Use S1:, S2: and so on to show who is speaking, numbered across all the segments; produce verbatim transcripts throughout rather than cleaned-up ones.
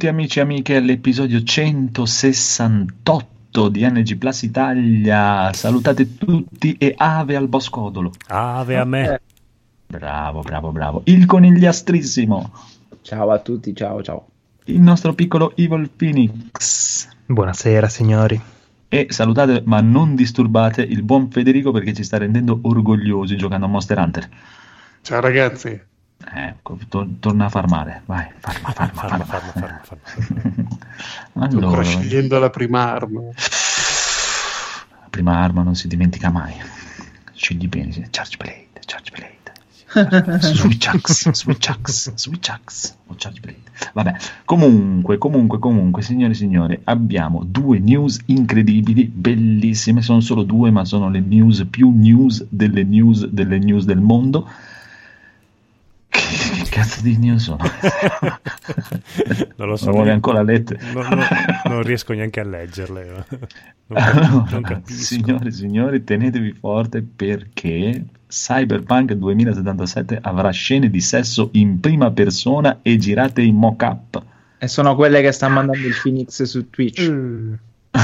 S1: Benvenuti amici e amiche all'episodio centosessantotto di N G Plus Italia. Salutate tutti e ave al boscodolo.
S2: Ave a me.
S1: Bravo, bravo, bravo. Il conigliastrissimo.
S3: Ciao a tutti, ciao, ciao.
S1: Il nostro piccolo Evil Phoenix.
S4: Buonasera signori.
S1: E salutate ma non disturbate il buon Federico perché ci sta rendendo orgogliosi giocando a Monster Hunter.
S5: Ciao ragazzi.
S1: Ecco, to- torna a farmare, vai, farma, farma, farma, farma, farma, farma, farma.
S5: Sto
S1: Allora,
S5: scegliendo la prima arma.
S1: la prima arma non si dimentica mai. Scegli bene, sì. Charge Blade, Charge Blade. Switch Axe, Switch Axe, Switch Axe o Charge Blade. Vabbè, comunque, comunque, comunque, signore e signori, abbiamo due news incredibili, bellissime, sono solo due, ma sono le news più news delle news delle news del mondo. Che cazzo di news sono?
S2: Non lo so.
S1: Non vuole ancora lettere.
S2: Non, non, non riesco neanche a leggerle. Non,
S1: allora,
S2: non capisco.
S1: Signori e signori, tenetevi forte perché Cyberpunk duemilasettantasette avrà scene di sesso in prima persona e girate in mock-up.
S3: E sono quelle che sta mandando il Phoenix su Twitch.
S5: Mm.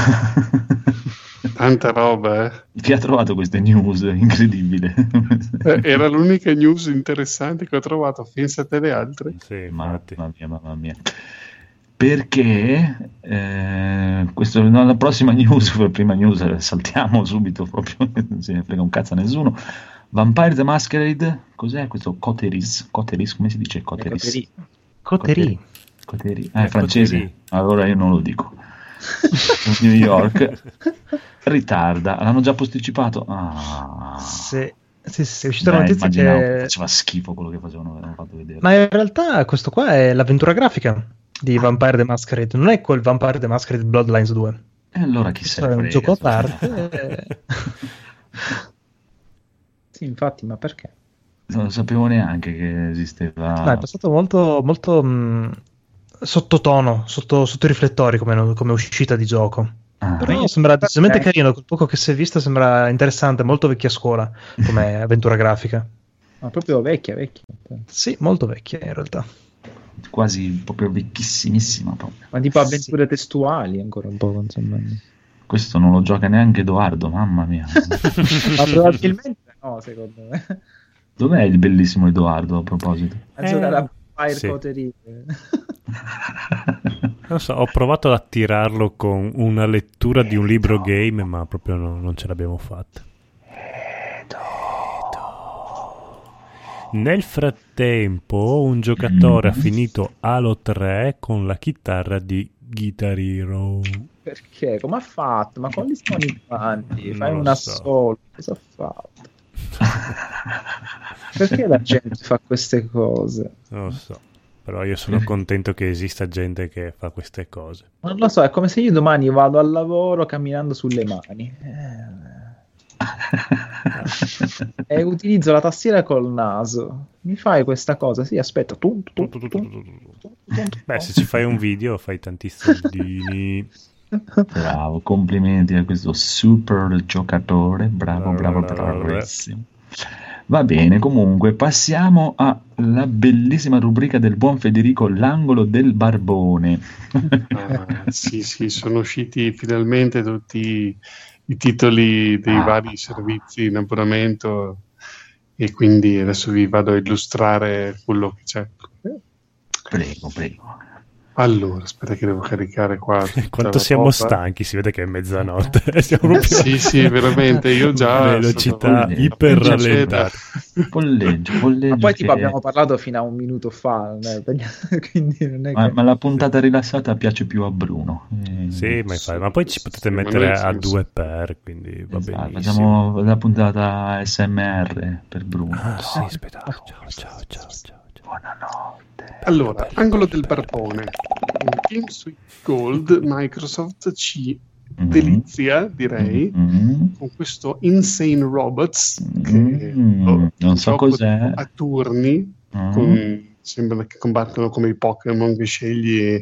S5: Tanta roba, eh.
S1: Chi ha trovato queste news? Incredibile.
S5: eh, Era l'unica news interessante che ho trovato. Pensate alle altre.
S2: Sì,
S1: mamma mia, mamma mia. Perché eh, questo, no, la prossima news, la prima news, saltiamo subito proprio, non se ne frega un cazzo a nessuno. Vampire the Masquerade, cos'è questo? Coteris, Coteris, come si dice? Coteris.
S4: Coterie.
S1: Coterie. Ah, è francese, allora io non lo dico. New York ritarda, l'hanno già posticipato. Ah.
S4: Sì, sì, sì, è uscita
S1: Beh,
S4: la notizia che
S1: faceva schifo quello che facevano, avevano fatto vedere.
S4: ma in realtà questo qua è l'avventura grafica di Vampire the Masquerade, non è quel Vampire the Masquerade Bloodlines due.
S1: E allora chi se
S4: È
S1: ne
S4: un
S1: frega,
S4: gioco a
S1: insomma.
S4: parte.
S3: Sì, infatti, ma perché?
S1: Non sapevo neanche che esisteva.
S4: No, è passato molto, molto mh, sottotono, sotto, sotto i riflettori come, come uscita di gioco.
S1: Ah.
S4: Però sembra decisamente carino, quel poco che si è visto sembra interessante, molto vecchia scuola come avventura grafica.
S3: Ma proprio vecchia, vecchia.
S4: Sì, molto vecchia in realtà.
S1: Quasi proprio vecchissimissima proprio.
S3: Ma tipo avventure testuali ancora un po', insomma.
S1: Questo non lo gioca neanche Edoardo, mamma mia.
S3: Ma probabilmente no, secondo me.
S1: Dov'è il bellissimo Edoardo a proposito?
S3: A giocare a Fire
S2: sì.
S3: Coterie.
S2: Non so, ho provato ad attirarlo con una lettura di un libro game, ma proprio no, non ce l'abbiamo fatta. Nel frattempo un giocatore ha finito Halo tre con la chitarra di Guitar Hero.
S3: Perché? Come ha fatto? Ma quali sono i quanti?
S2: Non
S3: Fai
S2: lo
S3: una
S2: so.
S3: solo. Cosa ha fatto? Perché la gente fa queste cose?
S2: Non lo so, però io sono contento che esista gente che fa queste cose.
S3: Non lo so, è come se io domani vado al lavoro camminando sulle mani. Eh. E utilizzo la tastiera col naso. Mi fai questa cosa? Sì, aspetta. Tum, tum, tum, tum, tum.
S2: Beh, se ci fai un video fai tanti soldini.
S1: Bravo, complimenti a questo super giocatore, bravo, bravo, bravissimo. Va bene, comunque passiamo alla bellissima rubrica del buon Federico, l'angolo del barbone.
S5: Ah, sì, sì, sono usciti finalmente tutti i titoli dei
S1: Ah.
S5: vari servizi in abbonamento e quindi adesso vi vado a illustrare quello che c'è.
S1: Prego, prego.
S5: Allora, aspetta che devo caricare qua.
S2: Quanto siamo
S5: roba.
S2: stanchi, si vede che è mezzanotte. Siamo proprio
S5: Sì, sì, veramente, io già
S2: velocità
S5: sono-
S2: iper
S5: appena
S2: rallentata.
S1: Polleggio, polleggio.
S3: Ma poi tipo
S1: che-
S3: abbiamo parlato fino a un minuto fa, non è- quindi non è
S1: ma,
S3: che...
S1: ma la puntata rilassata piace più a Bruno. Eh,
S2: Sì, ma, infatti, ma poi ci potete
S5: Sì, ma
S2: mettere
S5: noi
S2: a
S5: sì,
S2: due per, quindi va
S1: esatto,
S2: benissimo.
S1: facciamo la puntata S M R per Bruno.
S2: Ah, sì, aspetta. Ciao, ciao, ciao, ciao.
S1: Buonanotte.
S5: Allora, angolo del barbone. Team Sweet Gold, Microsoft ci
S1: Mm.
S5: delizia, direi,
S1: Mm.
S5: con questo Insane Robots che
S1: Mm.
S5: oh,
S1: Non so
S5: gioco
S1: cos'è.
S5: a turni,
S1: Mm.
S5: con- sembra che combattono come i Pokémon che scegli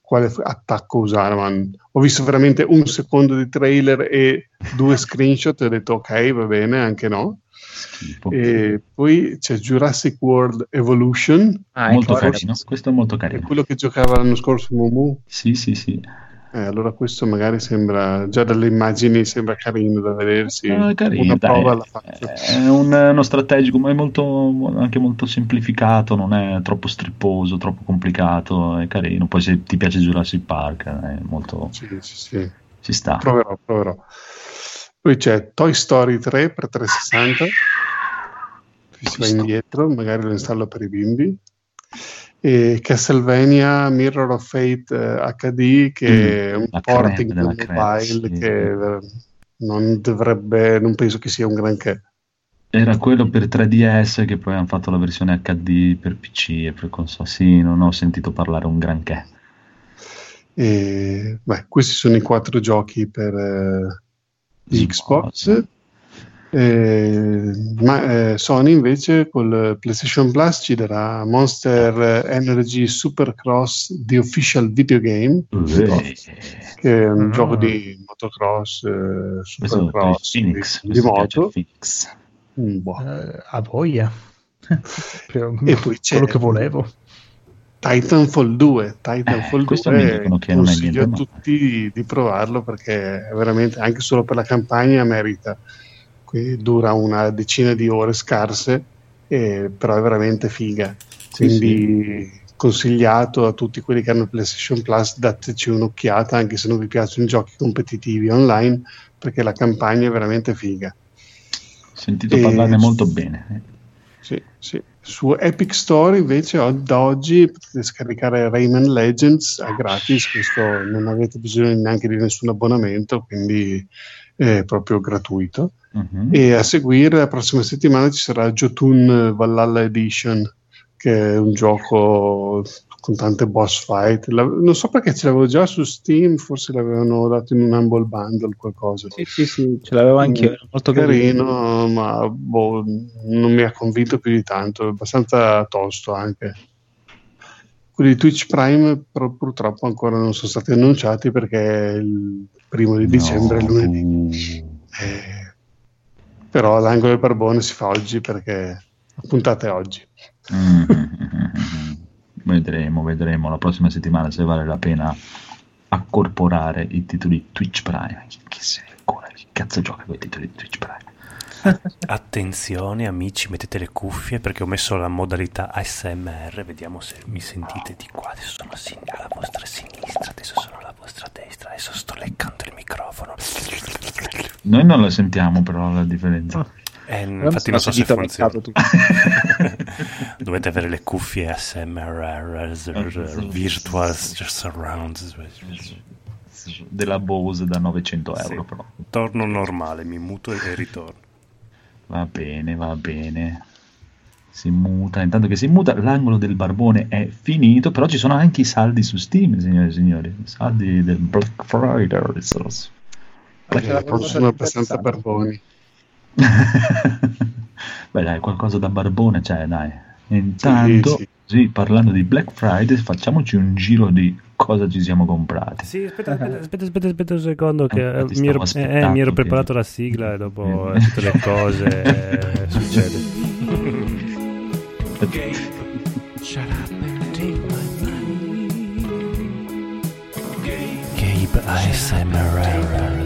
S5: quale f- attacco usare, ma ho visto veramente un secondo di trailer e due screenshot e ho detto ok, va bene, anche no.
S1: Schifo.
S5: E poi c'è Jurassic World Evolution,
S3: Ah,
S1: Molto
S3: ecco,
S1: carino, questo è molto
S5: è
S1: carino.
S5: quello che giocava l'anno scorso Momu.
S1: Sì, sì, sì.
S5: Eh, allora questo magari sembra, già dalle immagini sembra carino da vedersi,
S1: No, è carino,
S5: una
S1: dai,
S5: prova
S1: è,
S5: alla faccio.
S1: è un- uno strategico, ma è molto, anche molto semplificato, non è troppo stripposo, troppo complicato, è carino. Poi se ti piace Jurassic Park, è molto,
S5: Sì, sì, sì.
S1: ci sta.
S5: Proverò, proverò. Poi c'è Toy Story tre per trecentosessanta, qui si va indietro, magari lo installo per i bimbi. E Castlevania Mirror of Fate eh, acca di, che
S1: Mm,
S5: è un
S1: la
S5: porting
S1: creme
S5: per
S1: della creme,
S5: mobile
S1: sì.
S5: che eh, non dovrebbe, non penso che sia un granché.
S1: Era quello per tre D S che poi hanno fatto la versione acca di per P C e per console. Sì, non ho sentito parlare un granché.
S5: E, beh, questi sono i quattro giochi per eh, Xbox. Eh, ma eh, Sony invece col PlayStation Plus ci darà Monster Energy Supercross The Official Video Game,
S1: Eh,
S5: che è un
S4: Ah.
S5: gioco di motocross, eh,
S1: questo per il
S5: supercross,
S1: Phoenix,
S5: di, di
S1: questo piace il
S5: moto.
S1: Phoenix.
S5: Mm, boh.
S4: Eh, a voglia. Proprio
S5: E poi c'è
S4: quello che volevo.
S5: Titanfall due. Titanfall
S1: Eh, questo mi
S5: due
S1: dicono che non è
S5: consiglio a
S1: niente male.
S5: tutti di, di provarlo perché è veramente, anche solo per la campagna, merita. Qui dura una decina di ore scarse, eh, però è veramente figa.
S1: Sì,
S5: Quindi consigliato a tutti quelli che hanno PlayStation Plus, dateci un'occhiata anche se non vi piacciono i giochi competitivi online, perché la campagna è veramente figa.
S1: Ho sentito
S5: E-
S1: parlarne molto bene.
S5: Sì, sì. Su Epic Store invece o- da oggi potete scaricare Rayman Legends a gratis, questo non avete bisogno neanche di nessun abbonamento, quindi è proprio gratuito.
S1: Mhm.
S5: E a seguire la prossima settimana ci sarà Jotun Valhalla Edition, che è un gioco con tante boss fight. La- non so perché ce l'avevo già su Steam, forse l'avevano dato in un Humble Bundle qualcosa.
S3: Sì, sì, sì, ce l'avevo anch'io, era molto carino.
S5: Carino, ma boh, non mi ha convinto più di tanto, è abbastanza tosto anche. Quelli di Twitch Prime però purtroppo ancora non sono stati annunciati perché è il primo di dicembre,
S1: No.
S5: lunedì. Eh, però l'angolo del barbone si fa oggi perché la puntata è oggi.
S1: Mm, mm, mm. Vedremo, vedremo la prossima settimana se vale la pena accorporare i titoli Twitch Prime. Che se ancora chi cazzo gioca con i titoli di Twitch Prime?
S2: Attenzione amici, mettete le cuffie perché ho messo la modalità A S M R, vediamo se mi sentite di qua. Adesso sono a sin- alla vostra sinistra, adesso sono alla vostra destra, adesso sto leccando il microfono.
S1: Noi non la sentiamo però la differenza.
S2: Eh, infatti non so se
S3: Sentito
S2: funziona.
S3: mercato tu.
S2: Dovete avere le cuffie A S M R Virtual Surround.
S1: Della Bose da novecento euro
S2: Sì.
S1: però.
S2: Torno normale, mi muto e ritorno.
S1: Va bene, va bene. Si muta, intanto che si muta, l'angolo del barbone è finito, però ci sono anche i saldi su Steam, signore e signori. I saldi del Black Friday.
S3: C'è la
S5: Eh,
S3: cosa
S5: sono abbastanza
S3: interessante.
S5: barboni.
S1: Beh dai, qualcosa da barbone c'è, dai. Intanto,
S5: Sì,
S1: sì, parlando di Black Friday, facciamoci un giro di cosa ci siamo comprati.
S2: Sì, aspetta, aspetta, aspetta, aspetta, aspetta un secondo che
S1: Eh,
S2: eh,
S1: ti
S2: mi, ero,
S1: stavo
S2: eh,
S1: aspettando
S2: mi ero
S1: che-
S2: preparato la sigla e dopo
S1: Eh.
S2: eh, tutte le cose eh, succede. Gabe A S M R.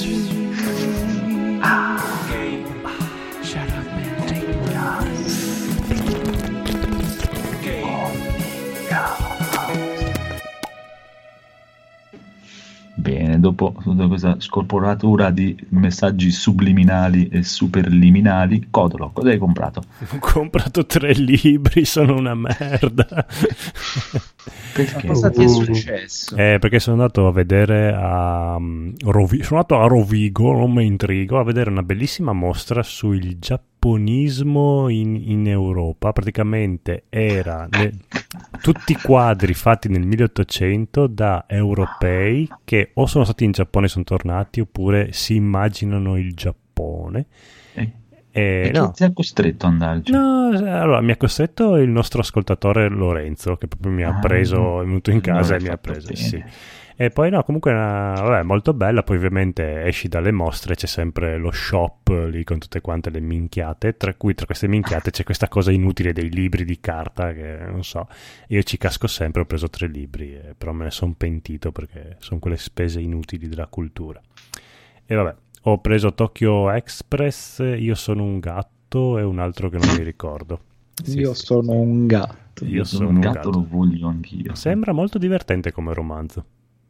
S1: Bene, dopo tutta questa scorporatura di messaggi subliminali e superliminali, Codolo, cosa hai comprato?
S2: Ho comprato tre libri, sono una merda.
S1: Perché?
S3: Cosa ti è successo?
S2: Eh, perché sono andato a vedere a um, Rovi- sono andato a Rovigo, non mi intrigo, a vedere una bellissima mostra sul giapponismo in, in Europa. Praticamente era ne- tutti quadri fatti nel milleottocento da europei che o sono stati in Giappone e sono tornati oppure si immaginano il Giappone.
S1: Eh,
S2: E,
S1: e chi
S2: no.
S1: ti ha costretto ad andarci?
S2: No, allora mi ha costretto il nostro ascoltatore Lorenzo, che proprio mi ha
S1: Ah,
S2: preso, è venuto in casa
S1: allora
S2: e mi ha
S1: hai fatto
S2: preso,
S1: bene.
S2: sì. E poi no, comunque è una, vabbè, molto bella. Poi ovviamente esci dalle mostre, c'è sempre lo shop lì con tutte quante le minchiate, tra cui tra queste minchiate c'è questa cosa inutile dei libri di carta che non so, io ci casco sempre, ho preso tre libri, eh, però me ne sono pentito perché sono quelle spese inutili della cultura. E vabbè, ho preso Tokyo Express, Io sono un gatto e un altro che non mi ricordo. Sì,
S3: Io
S2: sì.
S3: sono un gatto.
S2: Io sono
S1: un
S2: un
S1: gatto,
S2: gatto.
S1: lo voglio anch'io.
S2: Sembra molto divertente come romanzo.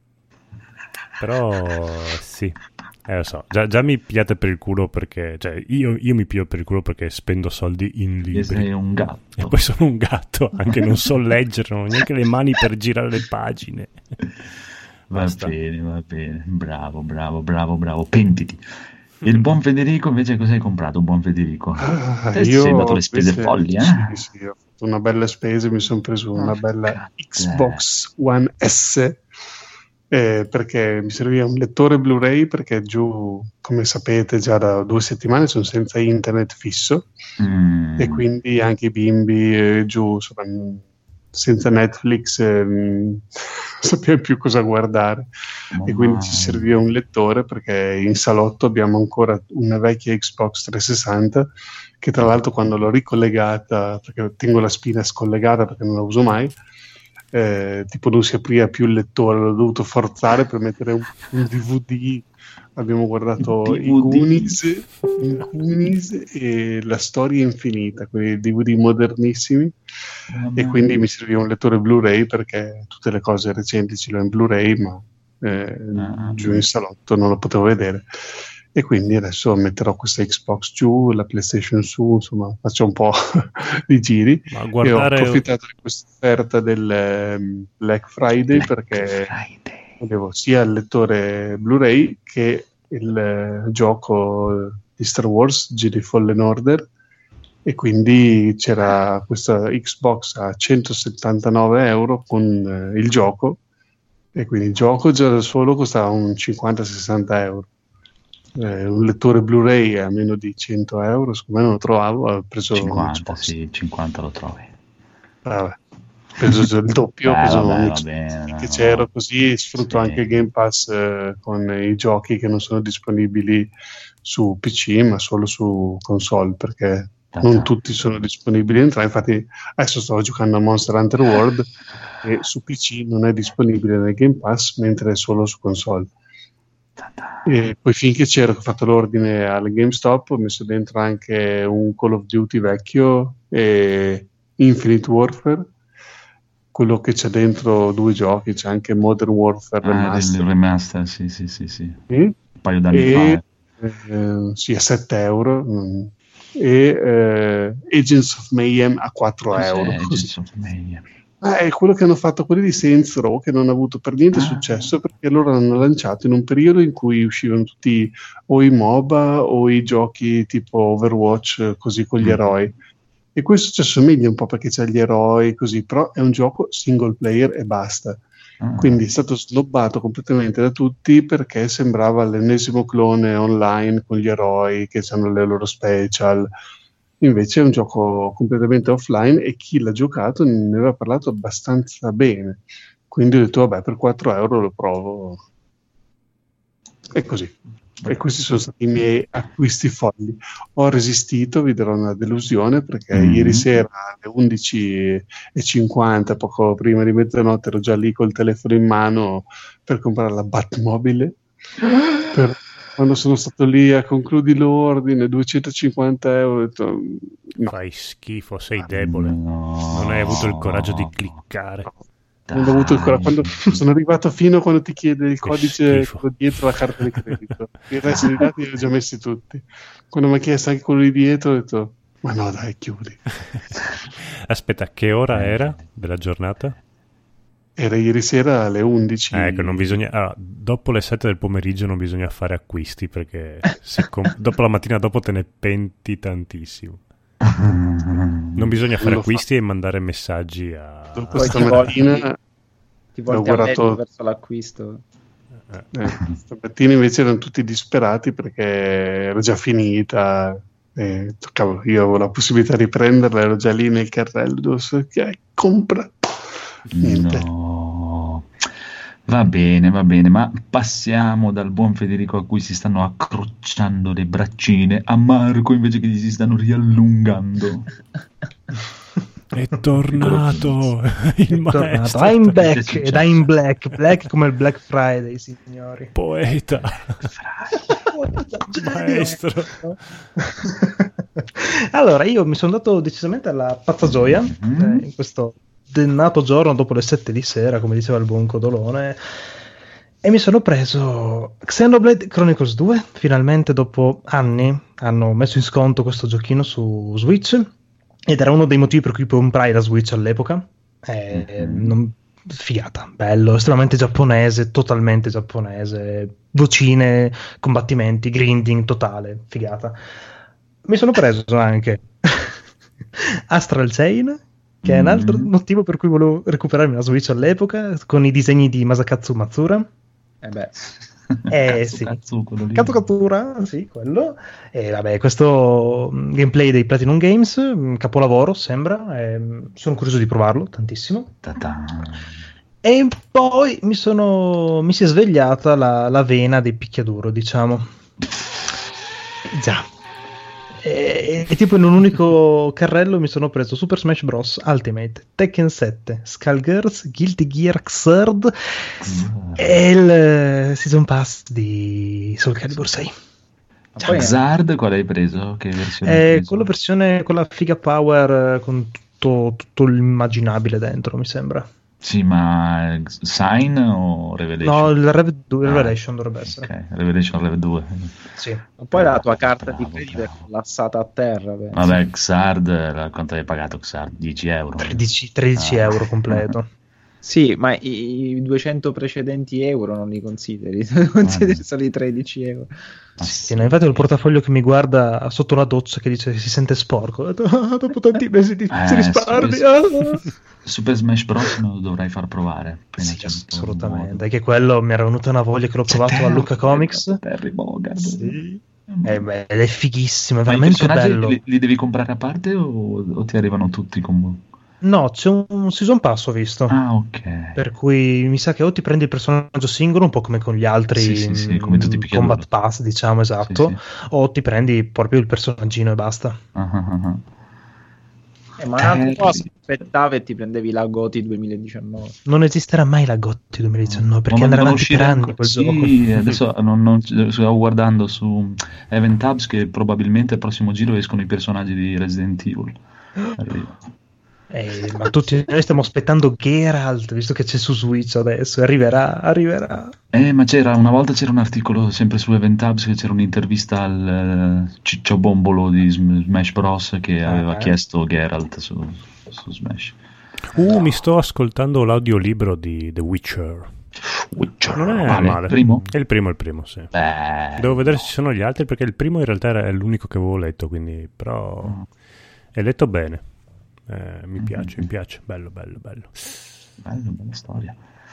S2: Però sì, eh, lo so, già, già mi pigliate per il culo perché, cioè, io, io mi piglio per il culo perché spendo soldi in
S1: Che
S2: libri.
S1: sei un gatto.
S2: E poi sono un gatto, anche non so leggere, non ho neanche le mani per girare le pagine.
S1: Va
S2: Basta.
S1: bene, va bene. Bravo, bravo, bravo, bravo. Pentiti. E il buon Federico invece cosa hai comprato, buon Federico?
S5: Ah,
S1: Te
S5: io
S1: sei dato le spese
S5: invece-
S1: folli, eh?
S5: Sì, sì, ho fatto una bella spesa, mi sono preso una
S1: Porca
S5: bella
S1: te.
S5: Xbox One S eh, perché mi serviva un lettore Blu-ray perché giù, come sapete, già da due settimane sono senza internet fisso
S1: Mm.
S5: e quindi anche i bimbi eh, giù, insomma, mh, senza Netflix eh, mh, non sappiamo più cosa guardare. E quindi ci serviva un lettore perché in salotto abbiamo ancora una vecchia Xbox trecentosessanta che tra l'altro quando l'ho ricollegata, perché tengo la spina scollegata perché non la uso mai, eh, tipo non si apriva più il lettore, l'ho dovuto forzare per mettere un, un D V D. Abbiamo guardato
S1: D V D.
S5: i Goonies, i Goonies e La storia infinita, quei D V D modernissimi. E quindi mi serviva un lettore Blu-ray perché tutte le cose recenti ce l'ho in Blu-ray, ma eh,
S1: Ah.
S5: giù in salotto non lo potevo vedere. E quindi adesso metterò questa Xbox giù, la PlayStation su, insomma, faccio un po' di giri.
S2: Ma
S5: E ho
S2: guardare
S5: approfittato di questa offerta del ehm, Black Friday
S1: Black
S5: perché
S1: Friday.
S5: avevo sia il lettore Blu-ray che il eh, gioco di Star Wars Jedi Fallen Order e quindi c'era questa Xbox a centosettantanove euro con eh, il gioco e quindi il gioco già da solo costava un cinquanta sessanta euro. Eh, un lettore Blu-ray a meno di cento euro, secondo me non lo trovavo, ho preso un
S1: cinquanta,
S5: Xbox.
S1: sì, cinquanta lo trovi.
S5: Vabbè, ho preso già il doppio, ho
S1: Beh,
S5: preso
S1: vabbè,
S5: un
S1: va
S5: Xbox
S1: bene, no,
S5: che
S1: no.
S5: c'ero così e sfrutto
S1: Sì.
S5: anche il Game Pass eh, con i giochi che non sono disponibili su P C ma solo su console perché
S1: Ta-ta.
S5: non tutti sono disponibili entrambi. Infatti adesso stavo giocando a Monster Hunter World e su P C non è disponibile nel Game Pass mentre è solo su console.
S1: Ta-ta.
S5: E poi finché c'ero, che ho fatto l'ordine al GameStop, ho messo dentro anche un Call of Duty vecchio e Infinite Warfare, quello che c'è dentro due giochi, c'è anche Modern Warfare
S1: Ah,
S5: Remastered.
S1: il remaster, sì, sì, sì, sì.
S5: Sì.
S1: Un paio d'anni
S5: E
S1: fa.
S5: eh, sì, a sette euro mm, e eh, Agents of Mayhem a quattro
S1: Cos'è
S5: euro.
S1: Agents of Mayhem?
S5: Ah, è quello che hanno fatto quelli di Saints Row che non ha avuto per niente
S1: Ah.
S5: successo perché loro l'hanno lanciato in un periodo in cui uscivano tutti o i MOBA o i giochi tipo Overwatch così con gli
S1: Mm.
S5: eroi e questo ci assomiglia un po' perché c'è gli eroi così, però è un gioco single player e basta,
S1: Ah.
S5: quindi è stato snobbato completamente da tutti perché sembrava l'ennesimo clone online con gli eroi che hanno le loro special. Invece è un gioco completamente offline e chi l'ha giocato ne aveva parlato abbastanza bene. Quindi ho detto, vabbè, per quattro euro lo provo. E così. E questi sono stati i miei acquisti folli. Ho resistito, vi darò una delusione, perché
S1: Mhm.
S5: ieri sera alle undici e cinquanta, poco prima di mezzanotte, ero già lì col telefono in mano per comprare la Batmobile. Per... Quando sono stato lì a concludi l'ordine, duecentocinquanta euro, ho detto, no.
S2: fai schifo, sei debole.
S1: No.
S2: Non hai avuto il coraggio di cliccare.
S5: Non ho avuto il coraggio. Quando sono arrivato fino a quando ti chiede il
S2: Che
S5: codice
S2: schifo.
S5: dietro la carta di credito, il resto dei dati li ho già messi tutti. Quando mi ha chiesto anche quello lì dietro, ho detto, ma no, dai, chiudi.
S2: Aspetta, che ora era della giornata?
S5: Era ieri sera alle undici.
S2: Eh, ecco, non bisogna. Allora, dopo le sette del pomeriggio non bisogna fare acquisti perché se com- dopo la mattina dopo te ne penti tantissimo. Non bisogna fare
S5: lo
S2: acquisti e mandare messaggi a.
S5: Dopo
S3: Poi ti
S5: stamattina,
S3: volti, ti
S5: ho
S3: volti
S5: guardato-
S3: all'epoca verso l'acquisto.
S5: eh, stamattina invece erano tutti disperati perché era già finita, E cavolo, io avevo la possibilità di prenderla, ero già lì nel carrello, che compra. Niente.
S1: No. Va bene, va bene, ma passiamo dal buon Federico a cui si stanno accrociando le braccine a Marco invece che gli si stanno riallungando.
S2: È tornato il maestro.
S4: I'm back, ed I'm black, black come il Black Friday, signori.
S2: Poeta. Maestro.
S4: Allora, io mi sono dato decisamente alla pazza gioia mm-hmm. eh, in questo dannato giorno dopo le sette di sera, come diceva il buon Codolone, e mi sono preso Xenoblade Chronicles due. Finalmente dopo anni hanno messo in sconto questo giochino su Switch ed era uno dei motivi per cui comprai la Switch all'epoca. eh, mm-hmm. non, figata, bello, estremamente giapponese, totalmente giapponese, vocine, combattimenti, grinding totale, figata. Mi sono preso anche Astral Chain, che è un altro mm. motivo per cui volevo recuperarmi la Switch all'epoca, con i disegni di Masakatsu Matsura.
S3: Eh beh,
S4: eh
S1: Katsu,
S4: sì,
S1: Katsu, quello lì.
S4: Katsu Katsura, sì, quello. E vabbè, questo gameplay dei Platinum Games, capolavoro sembra, e sono curioso di provarlo tantissimo.
S1: Ta-ta.
S4: E poi mi sono mi si è svegliata la, la vena dei picchiaduro, diciamo. Già. E, e tipo in un unico carrello mi sono preso Super Smash Bros. Ultimate, Tekken sette, Skullgirls, Guilty Gear Xrd mm. e il Season Pass di Soul Calibur sei.
S1: Xrd qual hai preso? Che versione
S4: è
S1: hai preso?
S4: Quella versione con la figa power con tutto, tutto l'immaginabile dentro, mi sembra.
S1: Sì, ma Sign o Revelation?
S4: No, il Rev due,
S1: ah,
S4: Revelation dovrebbe essere.
S1: Ok, Revelation Rev due.
S4: Sì.
S3: Ma poi la tua carta
S1: bravo,
S3: di credito è
S1: bravo.
S3: collassata a terra. Penso.
S1: Vabbè, Xrd, quanto hai pagato Xrd? dieci euro?
S4: tredici, tredici
S1: ah.
S4: euro completo.
S3: Sì, ma i, i duecento precedenti euro non li consideri, consideri solo i tredici euro.
S4: Sì, no, infatti ho il portafoglio che mi guarda sotto la doccia che dice che si sente sporco. Ho detto, ah, dopo tanti mesi di
S1: Eh,
S4: risparmi.
S1: Super, Super Smash Bros. Me lo dovrai far provare. appena
S4: Sì,
S1: c'è tutto il
S4: assolutamente.
S1: modo.
S4: È che quello mi era venuta una voglia che l'ho
S1: C'è
S4: provato a
S1: Terry,
S4: Luca Comics.
S1: Terry Bogard.
S4: Sì. Eh, beh, ed è fighissimo, è
S1: Ma i
S4: veramente
S1: personaggi
S4: bello.
S1: li, li devi comprare a parte o, o ti arrivano tutti con...
S4: No, c'è un season pass, ho visto.
S1: Ah, ok.
S4: Per cui mi sa che o ti prendi il personaggio singolo, un po' come con gli altri
S1: Sì, sì, sì, come tutti i picchiaduro.
S4: Combat Pass, diciamo, esatto,
S1: Sì, sì.
S4: o ti prendi proprio il personaggino e basta.
S1: Ah, ah, ah.
S3: Eh, ma un altro
S1: Terry.
S3: po' aspettavi e ti prendevi la Goti duemiladiciannove.
S4: Non esisterà mai la Gotti duemiladiciannove, perché
S1: Ma
S4: andrà
S1: non
S4: avanti per
S1: uscire
S4: anni
S1: ancora-
S4: quel gioco.
S1: Sì, adesso non, non- stavo guardando su Event Hubs che probabilmente al prossimo giro escono i personaggi di Resident Evil. Arriva.
S4: Eh, ma tutti noi stiamo aspettando Geralt, visto che c'è su Switch adesso, arriverà, arriverà.
S1: Eh, ma c'era una volta c'era un articolo sempre su Event Hubs che c'era un'intervista al eh, Ciccio Bombolo di Sm- Smash Bros. Che aveva
S4: Ah.
S1: chiesto Geralt su, su Smash.
S2: Uh, mi sto ascoltando l'audiolibro di The Witcher.
S1: Witcher,
S2: Non è
S1: vale,
S2: male.
S1: primo?
S2: È il primo, il primo, sì.
S1: Beh,
S2: Devo vedere se ci sono gli altri, perché il primo in realtà era l'unico che avevo letto, quindi però
S1: Mm.
S2: è letto bene. Eh, mi
S1: Mm.
S2: piace, mi piace. Bello, bello, bello.
S1: bello, bella storia.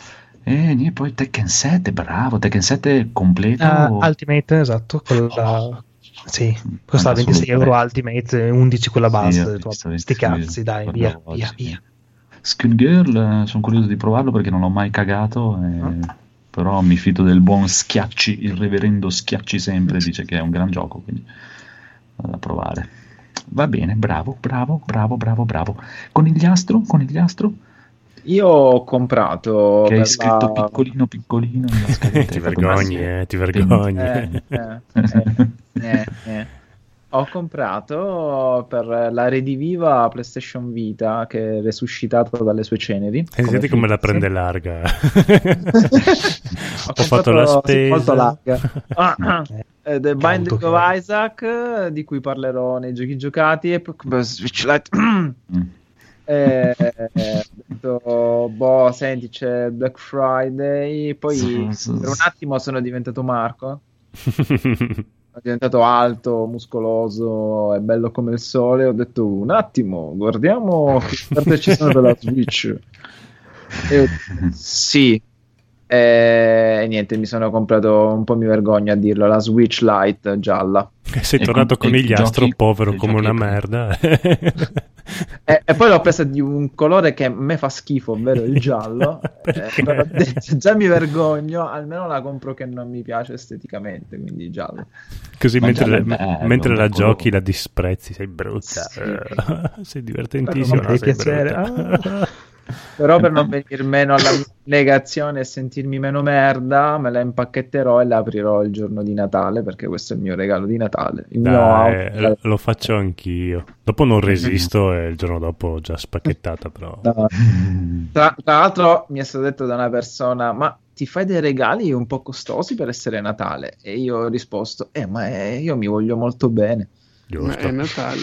S1: E niente, poi Tekken sette, bravo, Tekken sette completo.
S4: Ah, Ultimate, esatto, con la... Sì, costava
S1: Manca
S4: ventisei
S1: solo
S4: euro
S1: tre.
S4: Ultimate, undici quella
S1: Sì,
S4: base.
S1: ho
S4: ho detto,
S1: visto,
S4: vabbè,
S1: ho
S4: sti
S1: visto,
S4: cazzi, dai, via,
S1: guardavo
S4: via,
S1: oggi, sì.
S4: via.
S1: Skullgirl, sono curioso di provarlo perché non l'ho mai cagato, e-
S4: Ah.
S1: però mi fido del buon Schiacci, il reverendo Schiacci sempre, dice che è un gran gioco, quindi vado a provare. Va bene, bravo, bravo, bravo, bravo, bravo. Conigliastro, conigliastro,
S3: Io ho comprato
S1: che hai
S3: per
S1: scritto
S3: la-
S1: piccolino piccolino nella scaletta.
S2: Ti
S1: hai fatto
S2: vergogni,
S1: così.
S2: eh, ti vergogni.
S3: Eh, eh, eh, eh, eh. Ho comprato per la rediviva PlayStation Vita che è resuscitata dalle sue ceneri.
S2: E senti come la
S3: Philips.
S2: prende larga.
S3: Ho
S2: Ho fatto la
S3: comprato- sì, molto
S2: spesa.
S3: larga. Ah, ah. Eh, The Binding
S4: che
S3: of
S4: è.
S3: Isaac, eh, di cui parlerò nei giochi giocati, e poi beh, Switch Lite.
S1: Mm.
S3: Eh, eh, ho detto, boh, senti, c'è Black Friday. Poi
S1: Sì, sì,
S3: per un
S1: sì.
S3: attimo sono diventato Marco. Sono diventato alto, muscoloso e bello come il sole. Ho detto, un attimo, guardiamo che offerte ci sono per la Switch. E ho detto, sì. E niente, mi sono comprato, un po' mi vergogno a dirlo, la Switch Lite gialla.
S2: Sei
S1: e
S2: tornato
S1: con,
S2: conigliastro,
S1: giochi,
S2: povero come una
S1: giochi...
S2: merda.
S3: e, e poi l'ho presa di un colore che a me fa schifo, ovvero il giallo. eh, però, già mi vergogno, almeno la compro che non mi piace esteticamente, quindi giallo.
S2: Così
S1: Ma
S2: mentre,
S1: giallo
S2: la,
S1: bello,
S2: mentre la
S1: colore.
S2: giochi la disprezzi, sei brutta.
S3: Sì.
S2: Sei divertentissimo.
S4: Non mi
S2: No, sei
S4: piacere.
S2: brutta.
S4: Ah.
S3: Però per non venir meno alla mia negazione e sentirmi meno merda, me la impacchetterò e la aprirò il giorno di Natale, perché questo è il mio regalo di Natale. Il
S2: Dai,
S3: mio auto...
S2: lo faccio anch'io. Dopo non resisto e il giorno dopo ho già spacchettata, però...
S3: No. Tra, tra l'altro mi è stato detto da una persona, ma ti fai dei regali un po' costosi per essere Natale? E io ho risposto, eh ma eh, io mi voglio molto bene.
S2: Giusto.
S5: Ma è Natale.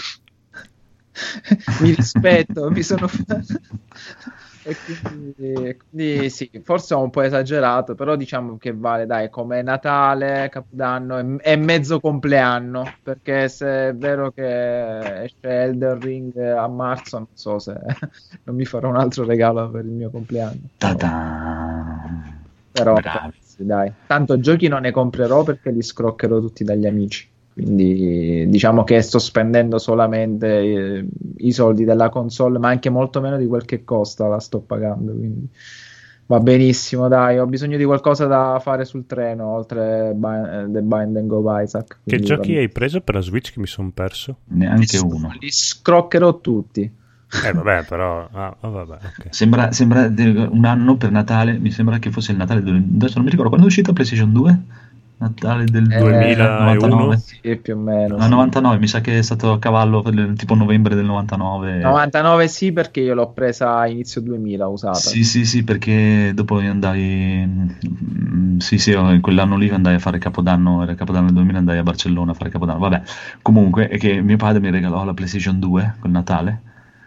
S3: Mi rispetto, mi sono e quindi, quindi sì, forse ho un po' esagerato, però diciamo che vale, dai, come Natale, Capodanno e, e mezzo compleanno, perché se è vero che esce Elden Ring a marzo, non so se non mi farò un altro regalo per il mio compleanno.
S1: Ta-da.
S3: Però
S1: Bravi.
S3: sì, dai, tanto giochi non ne comprerò perché li scroccherò tutti dagli amici. Quindi diciamo che sto spendendo solamente eh, i soldi della console, ma anche molto meno di quel che costa la sto pagando, quindi va benissimo, dai, ho bisogno di qualcosa da fare sul treno oltre Bi- The Binding of Isaac.
S2: Che giochi
S3: va...
S2: hai preso per la Switch che mi sono perso?
S1: Neanche
S3: li,
S1: uno.
S3: Li scroccherò tutti.
S2: Eh vabbè, però... Ah, oh, vabbè, okay.
S1: Sembra, sembra un anno per Natale, mi sembra che fosse il Natale del... adesso non mi ricordo quando è uscita PlayStation due? Natale del
S3: Eh,
S2: duemilauno?
S3: Sì, più o meno.
S1: No,
S3: sì.
S1: novantanove, mi sa che è stato a cavallo per- tipo novembre del novantanove.
S3: novantanove sì, perché io l'ho presa a inizio duemila usata.
S1: Sì, sì, sì, perché dopo andai... mm, Sì, sì, in quell'anno lì andai a fare Capodanno, era Capodanno del duemila, andai a Barcellona a fare Capodanno. Vabbè, comunque è che mio padre mi regalò la PlayStation due col Natale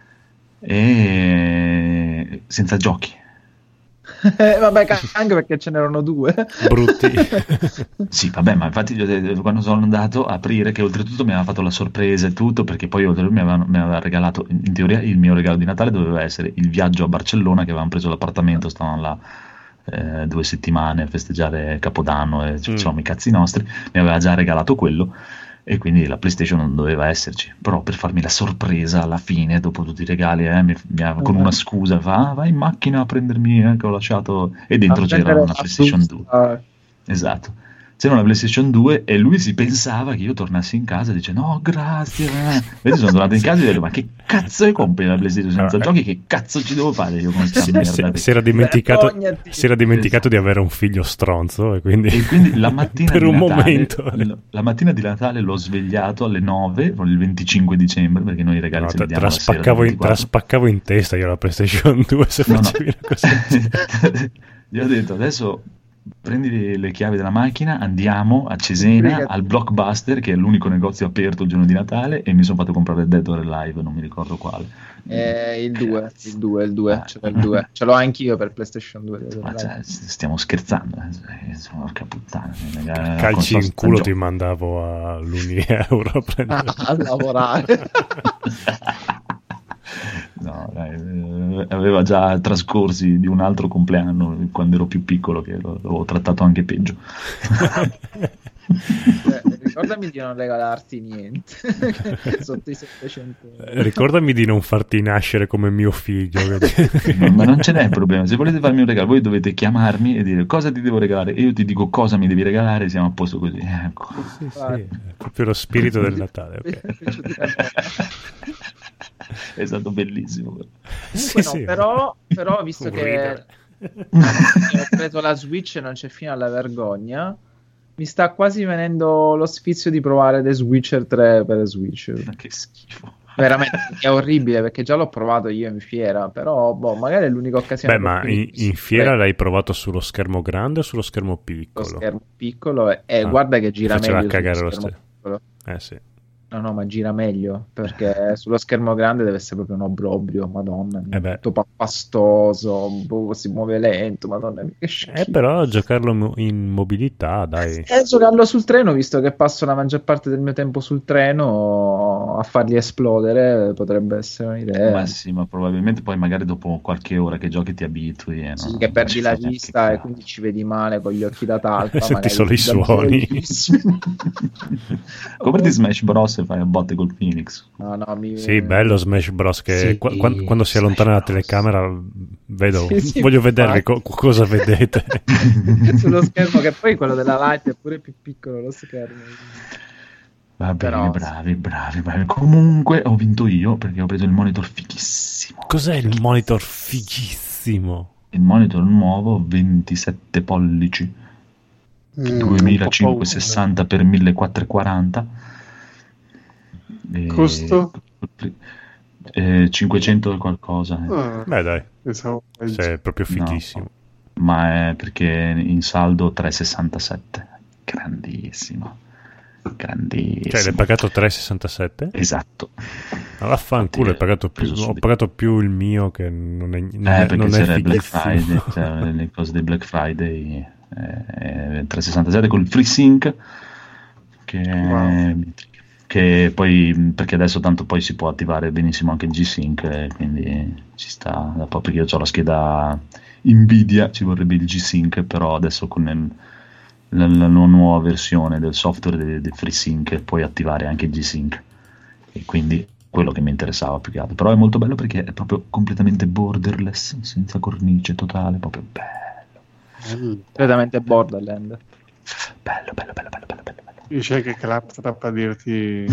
S1: e senza giochi.
S3: Eh, vabbè, anche perché ce n'erano due
S2: Brutti.
S1: Sì, vabbè, ma infatti io, quando sono andato a aprire, che oltretutto mi aveva fatto la sorpresa e tutto, perché poi oltretutto mi aveva, mi aveva regalato, in teoria il mio regalo di Natale doveva essere il viaggio a Barcellona, che avevamo preso l'appartamento, stavamo là eh, due settimane a festeggiare Capodanno e facevamo
S2: Mm.
S1: i cazzi nostri, mi aveva già regalato quello e quindi la PlayStation non doveva esserci, però per farmi la sorpresa alla fine, dopo tutti i regali, eh, mi, mi ha- con una scusa fa, ah, vai in macchina a prendermi, eh, che ho lasciato, e dentro
S3: A
S1: c'era
S3: prendere
S1: una
S3: la
S1: PlayStation due.
S3: frusta.
S1: Esatto, c'era una PlayStation due e lui si pensava che io tornassi in casa e dice no grazie, eh. Invece sono tornato in casa e ho detto ma che cazzo compri la PlayStation senza
S2: Ah,
S1: giochi, che cazzo ci devo fare io con questa
S2: Si,
S1: merda?
S2: si-
S1: di-
S2: si era dimenticato,
S3: Vergognati.
S2: si era dimenticato di avere un figlio stronzo e quindi,
S1: E quindi la mattina
S2: per
S1: di
S2: un
S1: Natale,
S2: momento
S1: l- la mattina di Natale l'ho svegliato alle nove, il venticinque dicembre, perché noi i regali
S2: no,
S1: ce
S2: te,
S1: li
S2: te
S1: diamo
S2: la
S1: la sera del
S2: spaccavo, in, te la
S1: ventiquattro.
S2: spaccavo in testa io la PlayStation due se
S1: No, no.
S2: facevi una cosa.
S1: Gli ho detto adesso prendi le, le chiavi della macchina, andiamo a Cesena
S3: Brigati.
S1: al Blockbuster, che è l'unico negozio aperto il giorno di Natale, e mi sono fatto comprare Dead or Alive, non mi ricordo quale.
S3: Eh, il due, il due, il due, ce l'ho il due. Ce l'ho anch'io per PlayStation due.
S1: Ma cioè, stiamo scherzando, eh? Porca puttana. La
S2: Calci
S1: console
S2: in
S1: sta
S2: culo
S1: gio-
S2: ti mandavo all'Uni Euro a prendere.
S3: a, a lavorare.
S1: No, dai, eh, aveva già trascorsi di un altro compleanno quando ero più piccolo, che lo- l'avevo trattato anche peggio.
S3: Eh, ricordami di non regalarti niente sotto i settecento euro.
S2: Ricordami di non farti nascere come mio figlio.
S1: No, ma non ce n'è problema, se volete farmi un regalo voi dovete chiamarmi e dire cosa ti devo regalare e io ti dico cosa mi devi regalare e siamo a posto così. Ecco.
S2: Sì, sì, è proprio lo spirito del Natale. Ok.
S1: È stato bellissimo.
S2: Sì,
S3: No,
S2: sì.
S3: però, però visto
S2: Un
S3: che
S2: ridere.
S3: ho preso la Switch e non c'è fine alla vergogna, mi sta quasi venendo lo sfizio di provare The Switcher tre per Switch.
S1: Ma che schifo.
S3: Veramente è orribile perché già l'ho provato io in fiera, però boh, magari è l'unica occasione.
S2: Beh, ma
S3: per
S2: in,
S3: cui-
S2: in fiera l'hai provato sullo schermo grande o sullo schermo
S3: lo
S2: piccolo?
S3: schermo piccolo e, e
S2: Ah,
S3: guarda che gira
S2: faceva
S3: meglio sullo
S2: cagare lo
S3: schermo
S2: stesso.
S3: piccolo.
S2: Eh sì.
S3: No, no, ma gira meglio, perché sullo schermo grande deve essere proprio un obbrobrio, madonna mia,
S2: Eh beh.
S3: tutto pastoso, boh, si muove lento, madonna mia, che schifo.
S2: Eh, però giocarlo in mobilità, dai.
S3: E giocarlo sul treno, visto che passo la maggior parte del mio tempo sul treno a farli esplodere, potrebbe essere un'idea.
S1: Ma sì, ma probabilmente poi magari dopo qualche ora che giochi ti abitui e
S3: Sì,
S1: no,
S3: che perdi
S1: ci
S3: la
S1: fai neanche
S3: vista e
S1: caso.
S3: quindi ci vedi male con gli occhi da talpa.
S2: Senti
S3: magari
S2: solo i
S3: davvero
S2: suoni.
S3: bellissimo.
S1: Comprati Smash Bros e fai a botte col Phoenix.
S3: No, no, mi...
S2: Sì, bello Smash Bros. Che
S4: Sì,
S2: qua- quando, quando si allontana la telecamera vedo,
S3: Sì, sì,
S2: voglio vedervi co-
S3: infatti.
S2: cosa vedete.
S3: sullo schermo, che poi quello della Lite è pure più piccolo lo schermo.
S1: Va bene,
S3: Però-
S1: bravi, bravi, bravi. Comunque ho vinto io perché ho preso il monitor fighissimo.
S2: Cos'è il monitor fighissimo?
S1: Il monitor nuovo, ventisette pollici,
S5: Mm,
S1: duemilacinquecentosessanta per millequattrocentoquaranta. E-
S5: Costo?
S1: Eh, cinquecento e qualcosa. eh.
S5: Ah,
S2: Beh, dai,
S5: pensavo
S2: sei proprio
S1: No.
S2: fighissimo.
S1: Ma è perché in saldo trecentosessantasette. Grandissimo. Grandissimo.
S2: Cioè, l'hai pagato tre virgola sessantasette?
S1: Esatto.
S2: Ma vaffanculo, hai pagato più,
S1: Preso
S2: ho
S1: subito.
S2: pagato più il mio che non è, non
S1: Eh,
S2: è,
S1: perché
S2: non è
S1: c'era il Black
S2: fighissimo.
S1: Friday, c'era le cose del Black Friday, eh, trecentosessantasette col FreeSync, che,
S5: Wow.
S1: che poi, perché adesso tanto poi si può attivare benissimo anche il G-Sync, eh, quindi ci sta, da po', perché io ho la scheda Nvidia, ci vorrebbe il G-Sync, però adesso con il, la, la nuova versione del software del, del FreeSync puoi attivare anche il G-Sync, e quindi quello che mi interessava più che altro. Però è molto bello perché è proprio completamente borderless, senza cornice totale, proprio bello.
S5: bello.
S3: Completamente Borderland.
S1: Bello, bello, bello, bello, bello, bello, bello.
S5: Riesci anche Claptrap a dirti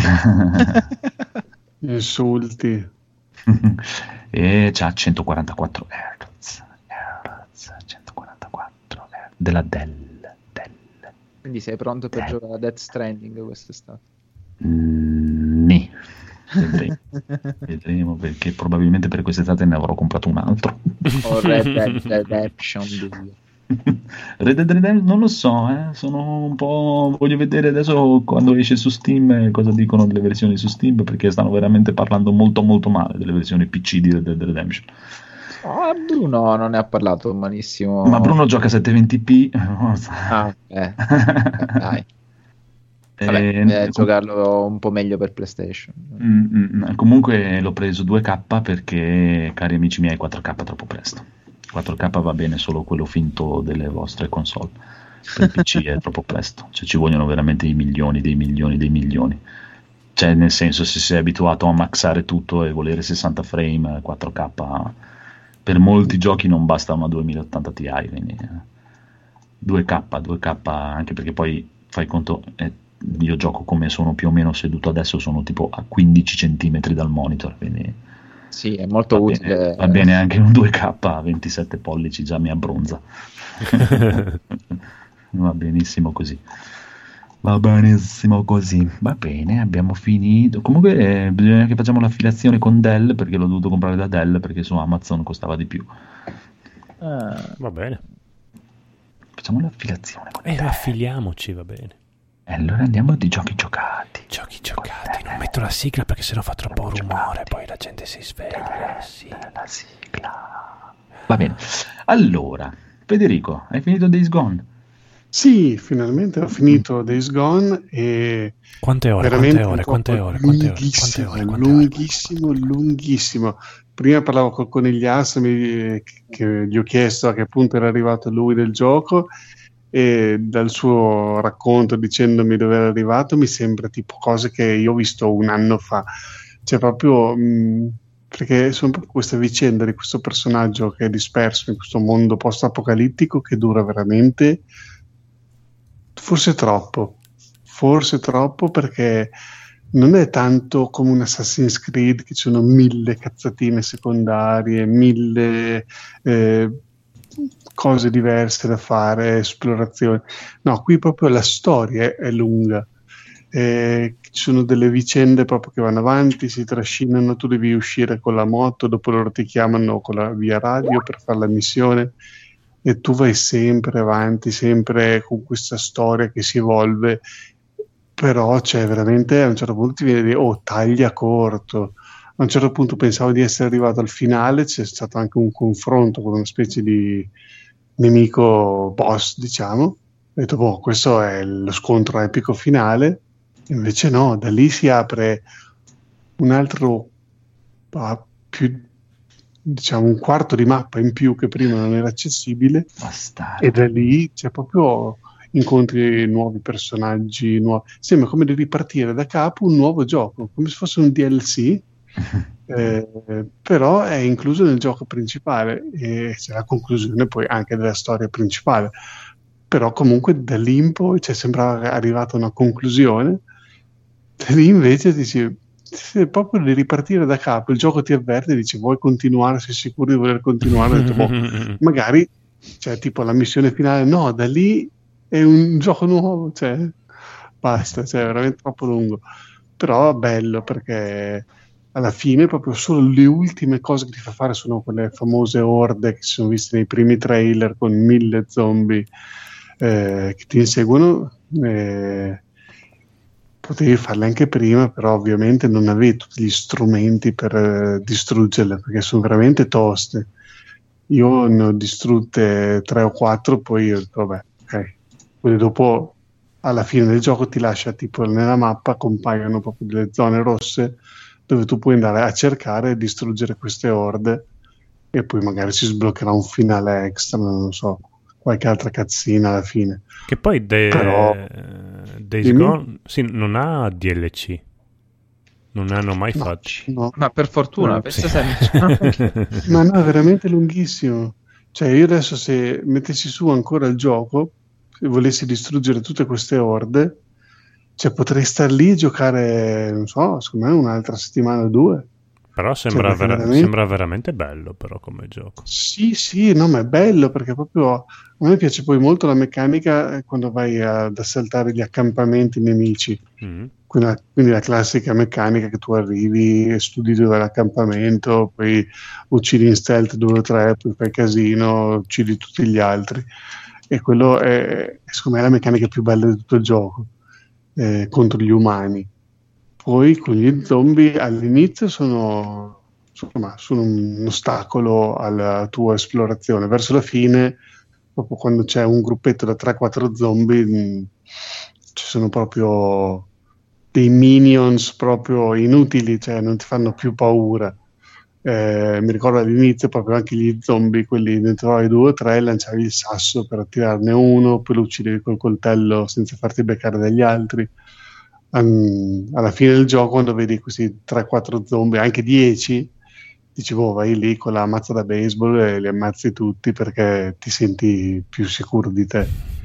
S5: insulti.
S1: E c'ha centoquarantaquattro hertz, hertz, centoquarantaquattro hertz, della Dell, Dell.
S3: Quindi sei pronto per
S1: Eh.
S3: giocare a Death Stranding quest'estate?
S1: Mm, nì. Vedremo. Vedremo, perché probabilmente per quest'estate ne avrò comprato un altro.
S3: O Red Dead Redemption due.
S1: Red Dead Redemption non lo so, eh. Sono un po', voglio vedere adesso quando esce su Steam eh, cosa dicono delle versioni su Steam, perché stanno veramente parlando molto molto male delle versioni P C di Red Dead Redemption.
S3: Oh, Bruno non ne ha parlato malissimo.
S1: Ma Bruno gioca a settecentoventi p.
S3: Ah, eh. Dai. Vabbè,
S1: Eh,
S3: eh,
S1: com-
S3: giocarlo un po' meglio per PlayStation.
S1: Mm, mm, comunque l'ho preso due K perché, cari amici miei, quattro K troppo presto. quattro K va bene solo quello finto delle vostre console. Per il P C è troppo presto, cioè ci vogliono veramente i milioni, dei milioni, dei milioni. Cioè, nel senso, se sei abituato a maxare tutto e volere sessanta frame, quattro K, per molti giochi non basta una duemilaottanta Ti, quindi eh, due K, due K, anche perché poi fai conto, eh, io gioco come sono più o meno seduto adesso, sono tipo a quindici centimetri dal monitor, quindi
S3: Sì, è molto
S1: va
S3: utile.
S1: bene, va bene anche un due K a ventisette pollici, già mi abbronza. Va benissimo così. Va benissimo così. Va bene, abbiamo finito. Comunque eh, bisogna che facciamo l'affiliazione con Dell, perché l'ho dovuto comprare da Dell perché su Amazon costava di più.
S3: Ah,
S2: Va bene.
S1: Facciamo l'affiliazione con
S2: E
S1: Dell.
S2: affiliamoci, va bene.
S1: E allora andiamo di giochi giocati.
S2: Giochi giocati, non metto la sigla perché sennò fa troppo rumore, poi la gente si sveglia. Sì.
S1: La sigla. Va bene. Allora, Federico, hai finito Days Gone?
S5: Sì, finalmente ho finito Days Gone e
S2: Quante ore,
S5: veramente
S2: quante ore,
S5: un
S2: quante
S5: gioco
S2: ore, quante ore, quante
S5: lunghissimo,
S2: ore, quante ore,
S5: lunghissimo, lunghissimo. Prima parlavo col Conigliastro mi- che gli ho chiesto a che punto era arrivato lui del gioco e dal suo racconto dicendomi dove era arrivato mi sembra tipo cose che io ho visto un anno fa. Cioè proprio mh, perché sono proprio queste vicende di questo personaggio che è disperso in questo mondo post-apocalittico che dura veramente forse troppo, forse troppo perché non è tanto come un Assassin's Creed che ci sono mille cazzatine secondarie, mille eh, cose diverse da fare, esplorazioni. No, qui proprio la storia è lunga. Eh, ci sono delle vicende proprio che vanno avanti, si trascinano, tu devi uscire con la moto, dopo loro ti chiamano con la via radio per fare la missione e tu vai sempre avanti, sempre con questa storia che si evolve però c'è veramente, a un certo punto ti viene di oh, taglia corto. A un certo punto pensavo di essere arrivato al finale, c'è stato anche un confronto con una specie di nemico boss, diciamo. Ho detto, boh, questo è lo scontro epico finale. Invece no, da lì si apre un altro ah, più, diciamo un quarto di mappa in più che prima non era accessibile.
S1: Bastardo.
S5: E da lì c'è proprio incontri nuovi personaggi nuovi. Sembra come di ripartire da capo un nuovo gioco, come se fosse un D L C. Eh, però è incluso nel gioco principale e c'è la conclusione poi anche della storia principale, però comunque da lì in poi cioè, sembrava arrivata una conclusione, da lì invece dici è proprio di ripartire da capo, il gioco ti avverte e dice vuoi continuare, sei sicuro di voler continuare? Ho detto, boh, magari cioè, tipo la missione finale no, da lì è un gioco nuovo, cioè basta, cioè è veramente troppo lungo, però bello perché alla fine proprio solo le ultime cose che ti fa fare sono quelle famose orde che si sono viste nei primi trailer con mille zombie eh, che ti inseguono. Eh, potevi farle anche prima, però ovviamente non avevi tutti gli strumenti per eh, distruggerle perché sono veramente toste. Io ne ho distrutte tre o quattro, poi ho detto vabbè, ok. Poi dopo alla fine del gioco ti lascia tipo nella mappa compaiono proprio delle zone rosse dove tu puoi andare a cercare e distruggere queste orde e poi magari si sbloccherà un finale extra, non so, qualche altra cazzina alla fine.
S2: Che poi de-
S5: Però,
S2: Days
S5: dimmi?
S2: Gone sì, non ha D L C, non ne hanno mai
S5: No,
S2: fatti.
S5: no.
S3: Ma per fortuna,
S5: No,
S3: pensa
S2: sì.
S3: sempre.
S5: Ma no, è veramente lunghissimo. Cioè io adesso se mettessi su ancora il gioco, se volessi distruggere tutte queste orde, cioè potrei star lì e giocare, non so, secondo me un'altra settimana o due.
S2: Però sembra,
S5: Cioè,
S2: vera-
S5: veramente...
S2: sembra veramente bello però come gioco.
S5: Sì, sì, no, ma è bello perché proprio a me piace poi molto la meccanica eh, quando vai ad assaltare gli accampamenti nemici.
S2: Mm.
S5: Quindi, quindi la classica meccanica che tu arrivi e studi dove è l'accampamento, poi uccidi in stealth due o tre, poi fai casino, uccidi tutti gli altri. E quello è, secondo me, è la meccanica più bella di tutto il gioco, eh, contro gli umani. Poi con gli zombie all'inizio sono, insomma, sono un ostacolo alla tua esplorazione. Verso la fine, proprio quando c'è un gruppetto da tre quattro zombie, mh, ci sono proprio dei minions proprio inutili, cioè non ti fanno più paura. Eh, mi ricordo all'inizio proprio anche gli zombie, quelli ne trovavi due o tre, lanciavi il sasso per attirarne uno, poi lo uccidevi col coltello senza farti beccare dagli altri. Um, alla fine del gioco, quando vedi questi tre quattro zombie, anche dieci, dici, boh, vai lì con la mazza da baseball e li ammazzi tutti perché ti senti più sicuro di te.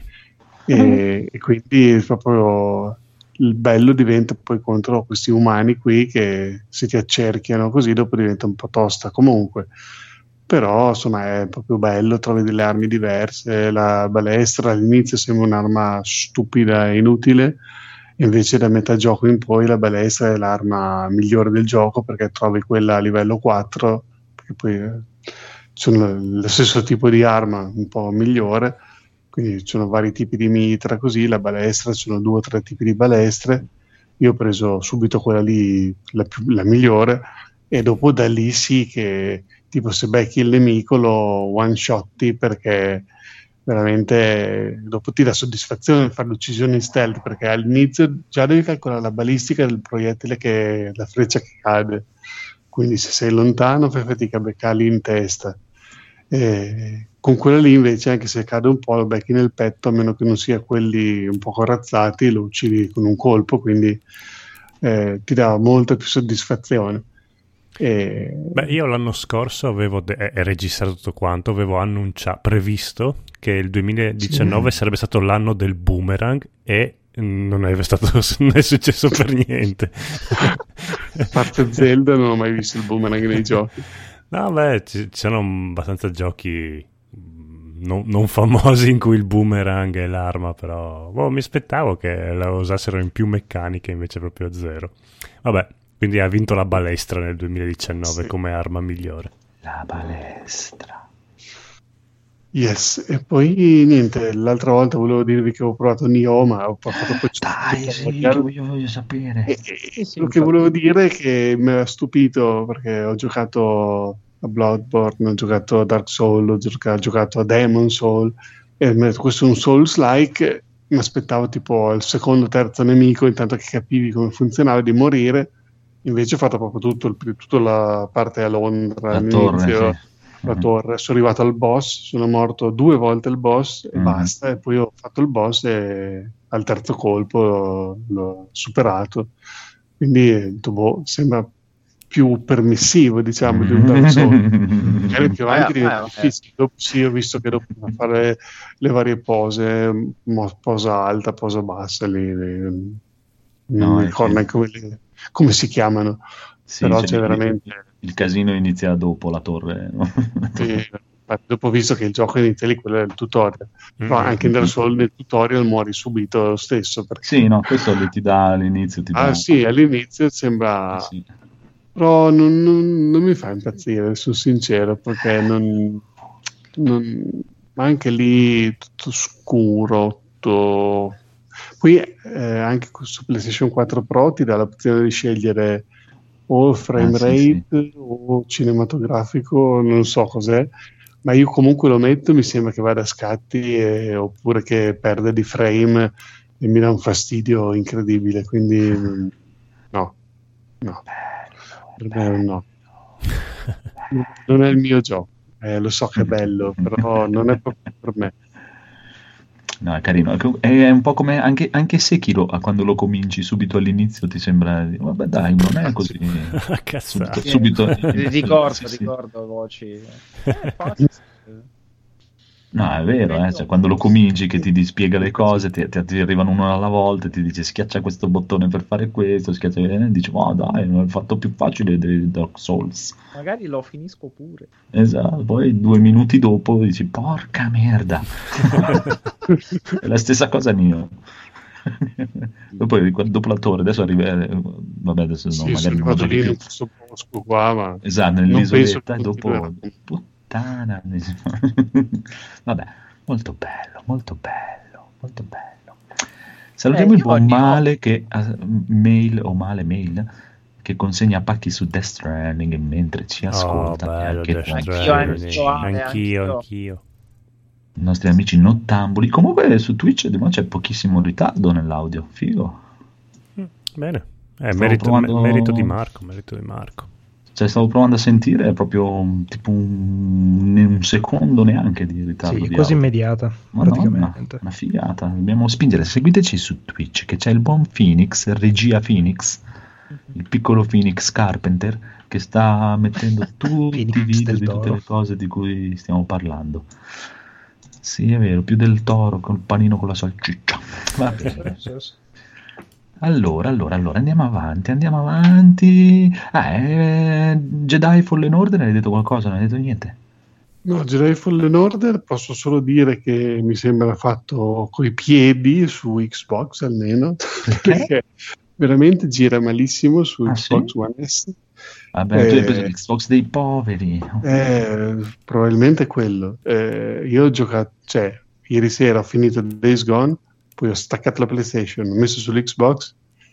S5: E, e quindi proprio il bello diventa poi contro questi umani qui che se ti accerchiano così dopo diventa un po' tosta comunque, però insomma è proprio bello, trovi delle armi diverse, la balestra all'inizio sembra un'arma stupida e inutile, invece da metà gioco in poi la balestra è l'arma migliore del gioco perché trovi quella a livello quattro, perché poi eh, sono lo stesso tipo di arma un po' migliore, quindi ci sono vari tipi di mitra così, la balestra, ci sono due o tre tipi di balestre, io ho preso subito quella lì, la, più, la migliore, e dopo da lì sì che tipo se becchi il nemico lo one shotti perché veramente dopo ti dà soddisfazione fare l'uccisione in stealth perché all'inizio già devi calcolare la balistica del proiettile, che la freccia che cade, quindi se sei lontano fai fatica a beccarli in testa. E con quella lì invece anche se cade un po' lo becchi nel petto, a meno che non sia quelli un po' corazzati, lo uccidi con un colpo, quindi eh, ti dà molta più soddisfazione. E...
S2: Beh, io l'anno scorso avevo de- eh, registrato tutto quanto, avevo annunciato, previsto che il duemiladiciannove sì. sarebbe stato l'anno del boomerang e non è stato non è successo per niente.
S5: A parte Zelda non ho mai visto il boomerang nei giochi.
S2: No, beh, ci, ci sono abbastanza giochi non, non famosi in cui il boomerang è l'arma, però boh, mi aspettavo che la usassero in più meccaniche, invece proprio a zero. Vabbè, quindi ha vinto la balestra nel duemiladiciannove sì. come arma migliore.
S1: La balestra.
S5: Yes, e poi niente, l'altra volta volevo dirvi che ho provato Nioh, ma ho fatto poi
S1: Dai, sì, che voglio, voglio sapere.
S5: E, e quello che volevo dire è che mi ha stupito perché ho giocato a Bloodborne, ho giocato a Dark Souls, ho giocato, ho giocato a Demon Soul, e questo è un Souls-like, mi aspettavo tipo il secondo o terzo nemico, intanto che capivi come funzionava, di morire, invece ho fatto proprio tutto, il, tutta la parte a Londra,
S1: la
S5: all'inizio.
S1: torre, sì.
S5: La torre, sono arrivato al boss, sono morto due volte al boss e mm. basta, e poi ho fatto il boss e al terzo colpo l'ho, l'ho superato, quindi boh, sembra più permissivo, diciamo, di un Dark Souls. Magari più avanti diventa difficile. Dopo sì, ho visto che dopo fare le varie pose, posa alta, posa bassa, lì, lì, non no, mi ricordo neanche come, come si chiamano. Sì, però c'è, c'è veramente
S1: il, il casino inizia dopo la torre, no?
S5: Sì, dopo ho visto che il gioco inizia lì, quello è il tutorial, mm-hmm. però anche in Dark Souls nel tutorial muori subito lo stesso perché...
S1: sì, no, questo ti dà all'inizio ti
S5: ah
S1: dà...
S5: sì, all'inizio sembra eh sì. Però non, non, non mi fa impazzire, sono sincero, perché non, non anche lì tutto scuro, tutto... poi eh, anche su PlayStation quattro Pro ti dà l'opzione di scegliere o frame ah, rate sì, sì. o cinematografico, non so cos'è, ma io comunque lo metto, mi sembra che vada a scatti e, oppure che perde di frame e mi dà un fastidio incredibile, quindi no, no, per me no, non è il mio gioco, eh, lo so che è bello, però non è proprio per me.
S1: No, è carino, è un po' come anche, anche Sekiro, quando lo cominci subito all'inizio ti sembra, vabbè dai, non è così.
S3: subito, subito ricordo, sì, ricordo sì. Voci. Eh,
S1: no, è vero, eh, cioè, quando lo cominci che ti spiega le cose, ti, ti, ti arrivano uno alla volta, ti dice schiaccia questo bottone per fare questo, schiaccia e dici, oh dai, è fatto più facile dei Dark Souls.
S3: Magari lo finisco pure.
S1: Esatto, poi due minuti dopo dici, porca merda. È la stessa cosa mia. dopo, dopo la torre, adesso arriva, vabbè adesso
S5: sì,
S1: no, magari non
S5: lì in questo bosco qua, ma
S1: esatto, nell'isoletta e dopo... Puttana. Vabbè, molto bello, molto bello, molto bello. Salutiamo eh, il buon Male ho... che uh, mail o Male mail che consegna pacchi su Death Stranding mentre ci ascolta.
S2: Oh, bello,
S1: anche
S2: anch'io, anch'io, anch'io, anch'io.
S1: I nostri amici nottambuli. Comunque su Twitch c'è pochissimo ritardo nell'audio. Figo.
S2: Mm, bene. Eh, merito, provando... merito di Marco, merito di Marco.
S1: Cioè, stavo provando a sentire, è proprio tipo un, un secondo neanche di ritardo.
S4: Sì,
S1: di
S4: quasi
S1: audio.
S4: Immediata,
S1: Ma
S4: praticamente.
S1: No, una figata, dobbiamo spingere. Seguiteci su Twitch, che c'è il buon Phoenix, regia Phoenix, il piccolo Phoenix Carpenter, che sta mettendo tutti i video di tutte le cose di cui stiamo parlando. Sì, è vero, più del toro, col panino con la salsiccia. Va bene. Allora, allora, allora, andiamo avanti, andiamo avanti. Ah, eh, Jedi Fallen Order, hai detto qualcosa? Non hai detto niente?
S5: No, Jedi Fallen Order posso solo dire che mi sembra fatto coi piedi su Xbox almeno, perché veramente gira malissimo su ah, Xbox sì? One S.
S1: Vabbè, eh, tu hai preso l'Xbox dei poveri.
S5: Eh, probabilmente quello. Eh, io ho giocato, cioè, ieri sera ho finito Days Gone, poi ho staccato la PlayStation, ho messo sull'Xbox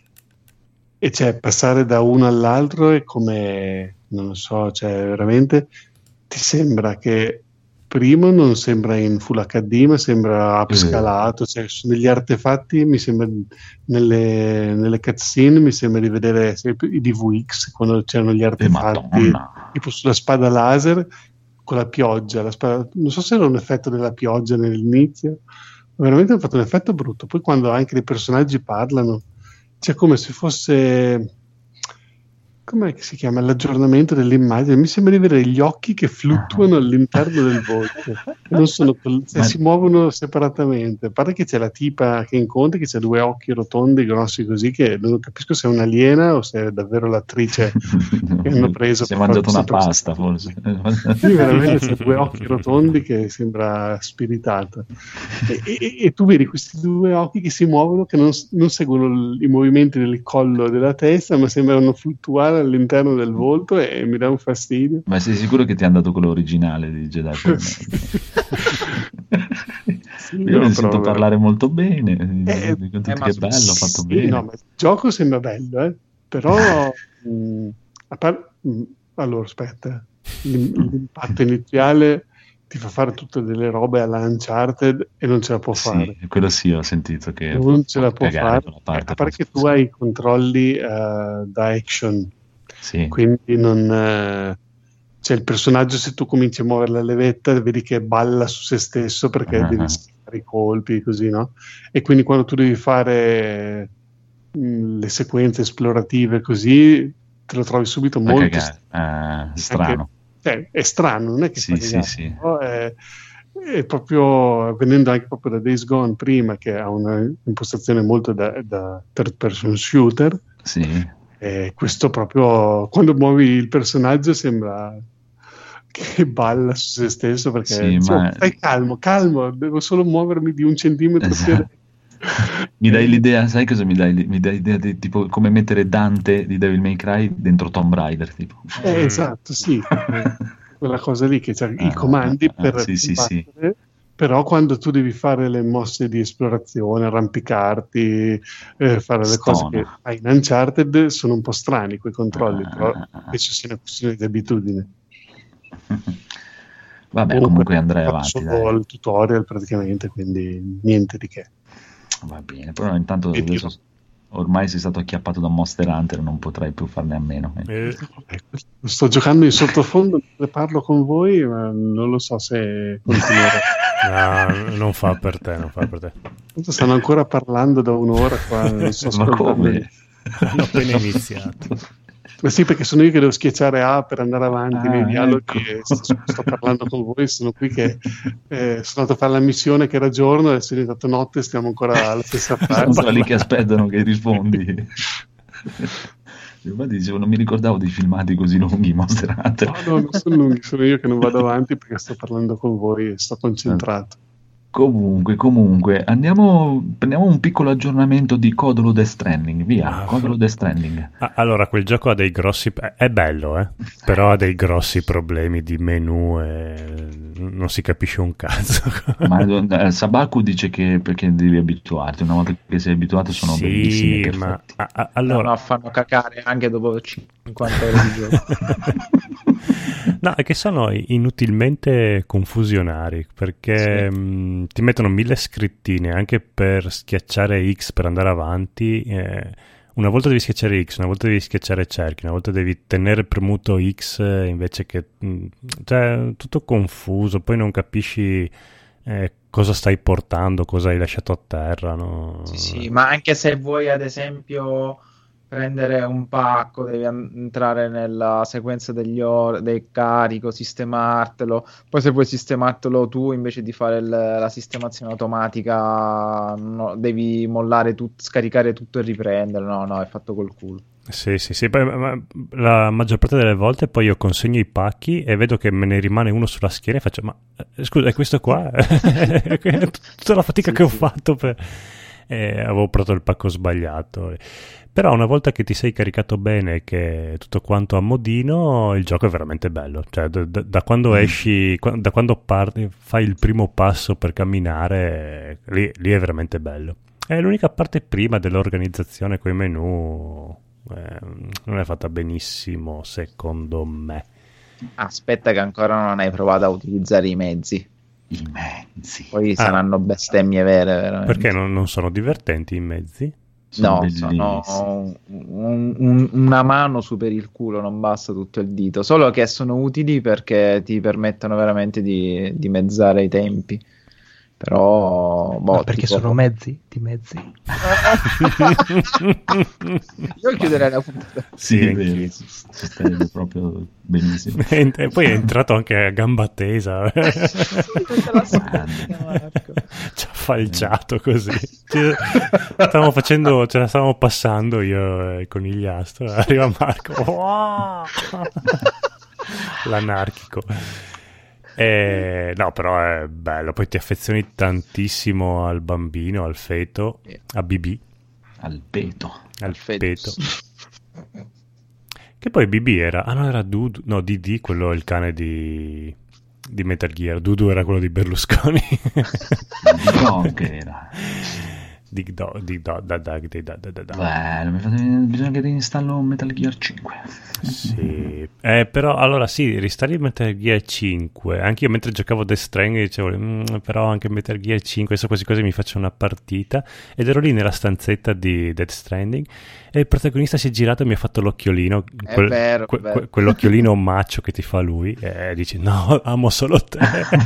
S5: e cioè passare da uno all'altro è come, non lo so, cioè veramente ti sembra che primo non sembra in Full H D ma sembra upscalato, cioè negli artefatti mi sembra, nelle, nelle cutscene mi sembra di vedere i D V X quando c'erano gli artefatti, tipo sulla spada laser con la pioggia, la spada, non so se era un effetto della pioggia nell'inizio, veramente hanno fatto un effetto brutto. Poi quando anche i personaggi parlano c'è come se fosse, com'è che si chiama, l'aggiornamento dell'immagine, mi sembra di vedere gli occhi che fluttuano all'interno del volto, non sono, cioè, si muovono separatamente. Pare che c'è la tipa che incontri che c'ha due occhi rotondi grossi così che non capisco se è un'aliena o se è davvero l'attrice che hanno preso.
S1: Si è mangiato una pasta forse.
S5: Sì, veramente c'ha due occhi rotondi che sembra spiritata e, e, e tu vedi questi due occhi che si muovono, che non, non seguono i movimenti del collo e della testa ma sembrano fluttuare all'interno del volto e mi dà un fastidio.
S1: Ma sei sicuro che ti hanno dato quello originale di Jedi? Io ne sento parlare molto bene,
S5: eh,
S1: mi dicono
S3: eh,
S1: tutti
S3: ma
S1: che
S3: su-
S1: bello, fatto
S5: sì,
S1: bene.
S5: no, ma il gioco sembra bello, eh? Però mh, a par- mh, allora aspetta, l'im- l'impatto iniziale ti fa fare tutte delle robe alla Uncharted e non ce la può fare.
S1: Sì, quello sì, ho sentito che
S5: Non ce la
S1: può
S5: può
S1: cagare
S5: fare,
S1: quella
S5: eh,
S1: parte.
S5: a parte che tu
S1: forse.
S5: hai i controlli eh, da action,
S1: Sì,
S5: quindi non eh, cioè il personaggio, se tu cominci a muovere la levetta vedi che balla su se stesso perché
S1: Ah,
S5: devi
S1: ah.
S5: schivare i colpi così, no? E quindi quando tu devi fare mh, le sequenze esplorative così te lo trovi subito
S1: fa
S5: molto
S1: cagare. Ah,
S5: anche-
S1: strano.
S5: cioè, è strano, non è che
S1: Sì,
S5: fa
S1: sì,
S5: cagare,
S1: sì.
S5: però è, è proprio venendo anche proprio da Days Gone prima, che ha una impostazione molto da, da third person shooter.
S1: Sì.
S5: E questo proprio quando muovi il personaggio sembra che balla su se stesso perché
S1: Sì,
S5: dice, "Oh,
S1: ma-
S5: stai calmo, calmo, devo solo muovermi di un centimetro più a
S1: Esatto. Mi dai l'idea, sai cosa mi dai? Mi dai l'idea di tipo come mettere Dante di Devil May Cry dentro Tomb Raider, tipo.
S5: Eh, esatto, sì, quella cosa lì che c'ha i
S1: Ah,
S5: comandi
S1: ah, ah,
S5: per
S1: sì, sì, sì.
S5: combattere, però quando tu devi fare le mosse di esplorazione, arrampicarti, eh, fare le cose che
S1: Stona.
S5: hai in Uncharted, sono un po' strani quei controlli,
S1: Ah,
S5: però
S1: ah, ah, ah.
S5: penso sia una questione di abitudine.
S1: Vabbè, comunque andrei
S5: ho fatto
S1: avanti,
S5: solo
S1: dai.
S5: il tutorial praticamente, quindi niente di che.
S1: Va bene, però intanto
S5: E
S1: adesso
S5: dirò-
S1: ormai sei stato acchiappato da Monster Hunter, non potrai più farne a meno.
S2: Eh,
S5: Ecco, sto giocando in sottofondo, ne parlo con voi, ma non lo so se continuerò.
S2: no, non fa per te, non fa per te.
S5: Stanno ancora parlando da un'ora qua, non sto
S1: Ma
S5: ascoltando
S1: come?
S5: niente.
S2: Hanno appena iniziato.
S5: Ma sì, perché sono io che devo schiacciare A per andare avanti
S1: Ah,
S5: nei dialoghi
S1: ecco.
S5: e sto, sto parlando con voi, sono qui che eh, sono andato a fare la missione che era giorno, adesso è diventato notte e stiamo ancora alla stessa
S1: Sono
S5: fase.
S1: ancora lì che aspettano che rispondi. Infatti dicevo, non mi ricordavo dei filmati così lunghi, Monster Hunter.
S5: No, no, non sono lunghi, sono io che non vado avanti perché sto parlando con voi e sto concentrato.
S1: Comunque, comunque, andiamo, prendiamo un piccolo aggiornamento di Codolo Death Stranding, via,
S2: Ah.
S1: Codolo Death Stranding.
S2: Ah, allora, quel gioco ha dei grossi... è bello, eh? Però ha dei grossi problemi di menu e non si capisce un cazzo.
S1: Ma eh, Sabaku dice che perché devi abituarti, una volta che sei abituato sono
S2: sì,
S1: bellissimi e
S2: ma
S1: perfetti.
S2: a- a-
S3: Allora,
S2: allora...
S3: no, fanno cacare anche dopo cinquanta ore di gioco.
S2: No, è che sono inutilmente confusionari perché
S3: Sì.
S2: mh, ti mettono mille scrittine anche per schiacciare X per andare avanti. eh, una volta devi schiacciare X, una volta devi schiacciare cerchio, una volta devi tenere premuto X eh, invece che... mh, cioè, tutto confuso, poi non capisci eh, cosa stai portando, cosa hai lasciato a terra. No?
S3: Sì, sì, ma anche se vuoi ad esempio prendere un pacco, devi an- entrare nella sequenza degli or- del carico, sistemartelo, poi se vuoi sistemartelo tu invece di fare il- la sistemazione automatica no, devi mollare tutto, scaricare tutto e riprendere, no, no, è fatto col culo.
S2: Sì, sì, sì. Poi, ma- la maggior parte delle volte poi io consegno i pacchi e vedo che me ne rimane uno sulla schiena e faccio, ma eh, scusa, è questo qua? Tutta la fatica
S5: Sì,
S2: che ho
S5: sì.
S2: fatto per... eh, avevo preso il pacco sbagliato. Però una volta che ti sei caricato bene, che tutto quanto a modino, il gioco è veramente bello. Cioè, da, da- da quando
S1: Mm.
S2: esci, qua- da quando parti, fai il primo passo per camminare, lì, lì è veramente bello. È l'unica parte prima dell'organizzazione con i menu. eh, non è fatta benissimo, secondo me.
S3: Aspetta che ancora non hai provato a utilizzare i mezzi,
S1: I mezzi.
S3: poi
S2: Ah.
S3: saranno bestemmie vere, veramente.
S2: Perché non, non sono divertenti i mezzi?
S1: Sono
S3: No,
S1: bellissimi.
S3: sono un- un- una mano su per il culo, non basta tutto il dito, solo che sono utili perché ti permettono veramente di dimezzare i tempi. Però, boh,
S4: Ma perché
S3: tipo-
S4: sono mezzi di mezzi.
S3: Io chiuderei la puntata.
S1: Sì,
S2: Sì,
S1: è vero,
S2: anch'io.
S1: ci ci stai proprio benissimo.
S2: E poi è entrato anche a gamba tesa. Ci ha falciato così. Ci- Stavamo facendo, ce la stavamo passando io e il conigliastro. Arriva Marco. Wow! L'anarchico. Eh, no, però è bello. Poi ti affezioni tantissimo al bambino, al feto, a B B,
S1: Al peto.
S2: al
S3: fetus.
S2: feto. Che poi B B era. Ah, no, era Dudu. No, D D, quello è il cane di. di Metal Gear. Dudu era quello di Berlusconi.
S1: No, che era.
S2: Dig Dog, Dig Dog, da Dag, da da da da.
S1: Beh, mi fate- bisogna che reinstallo Metal Gear cinque.
S2: Sì, eh, però allora sì, ristalli Metal Gear cinque. Anche io mentre giocavo Death Stranding dicevo, "Mm, però anche Metal Gear cinque, adesso quasi quasi mi faccio una partita." Ed ero lì nella stanzetta di Death Stranding e il protagonista si è girato e mi ha fatto l'occhiolino,
S3: È
S2: quel-
S3: vero,
S2: que-
S3: è vero.
S2: que- quell'occhiolino macio che ti fa lui, e dici, no, amo solo te.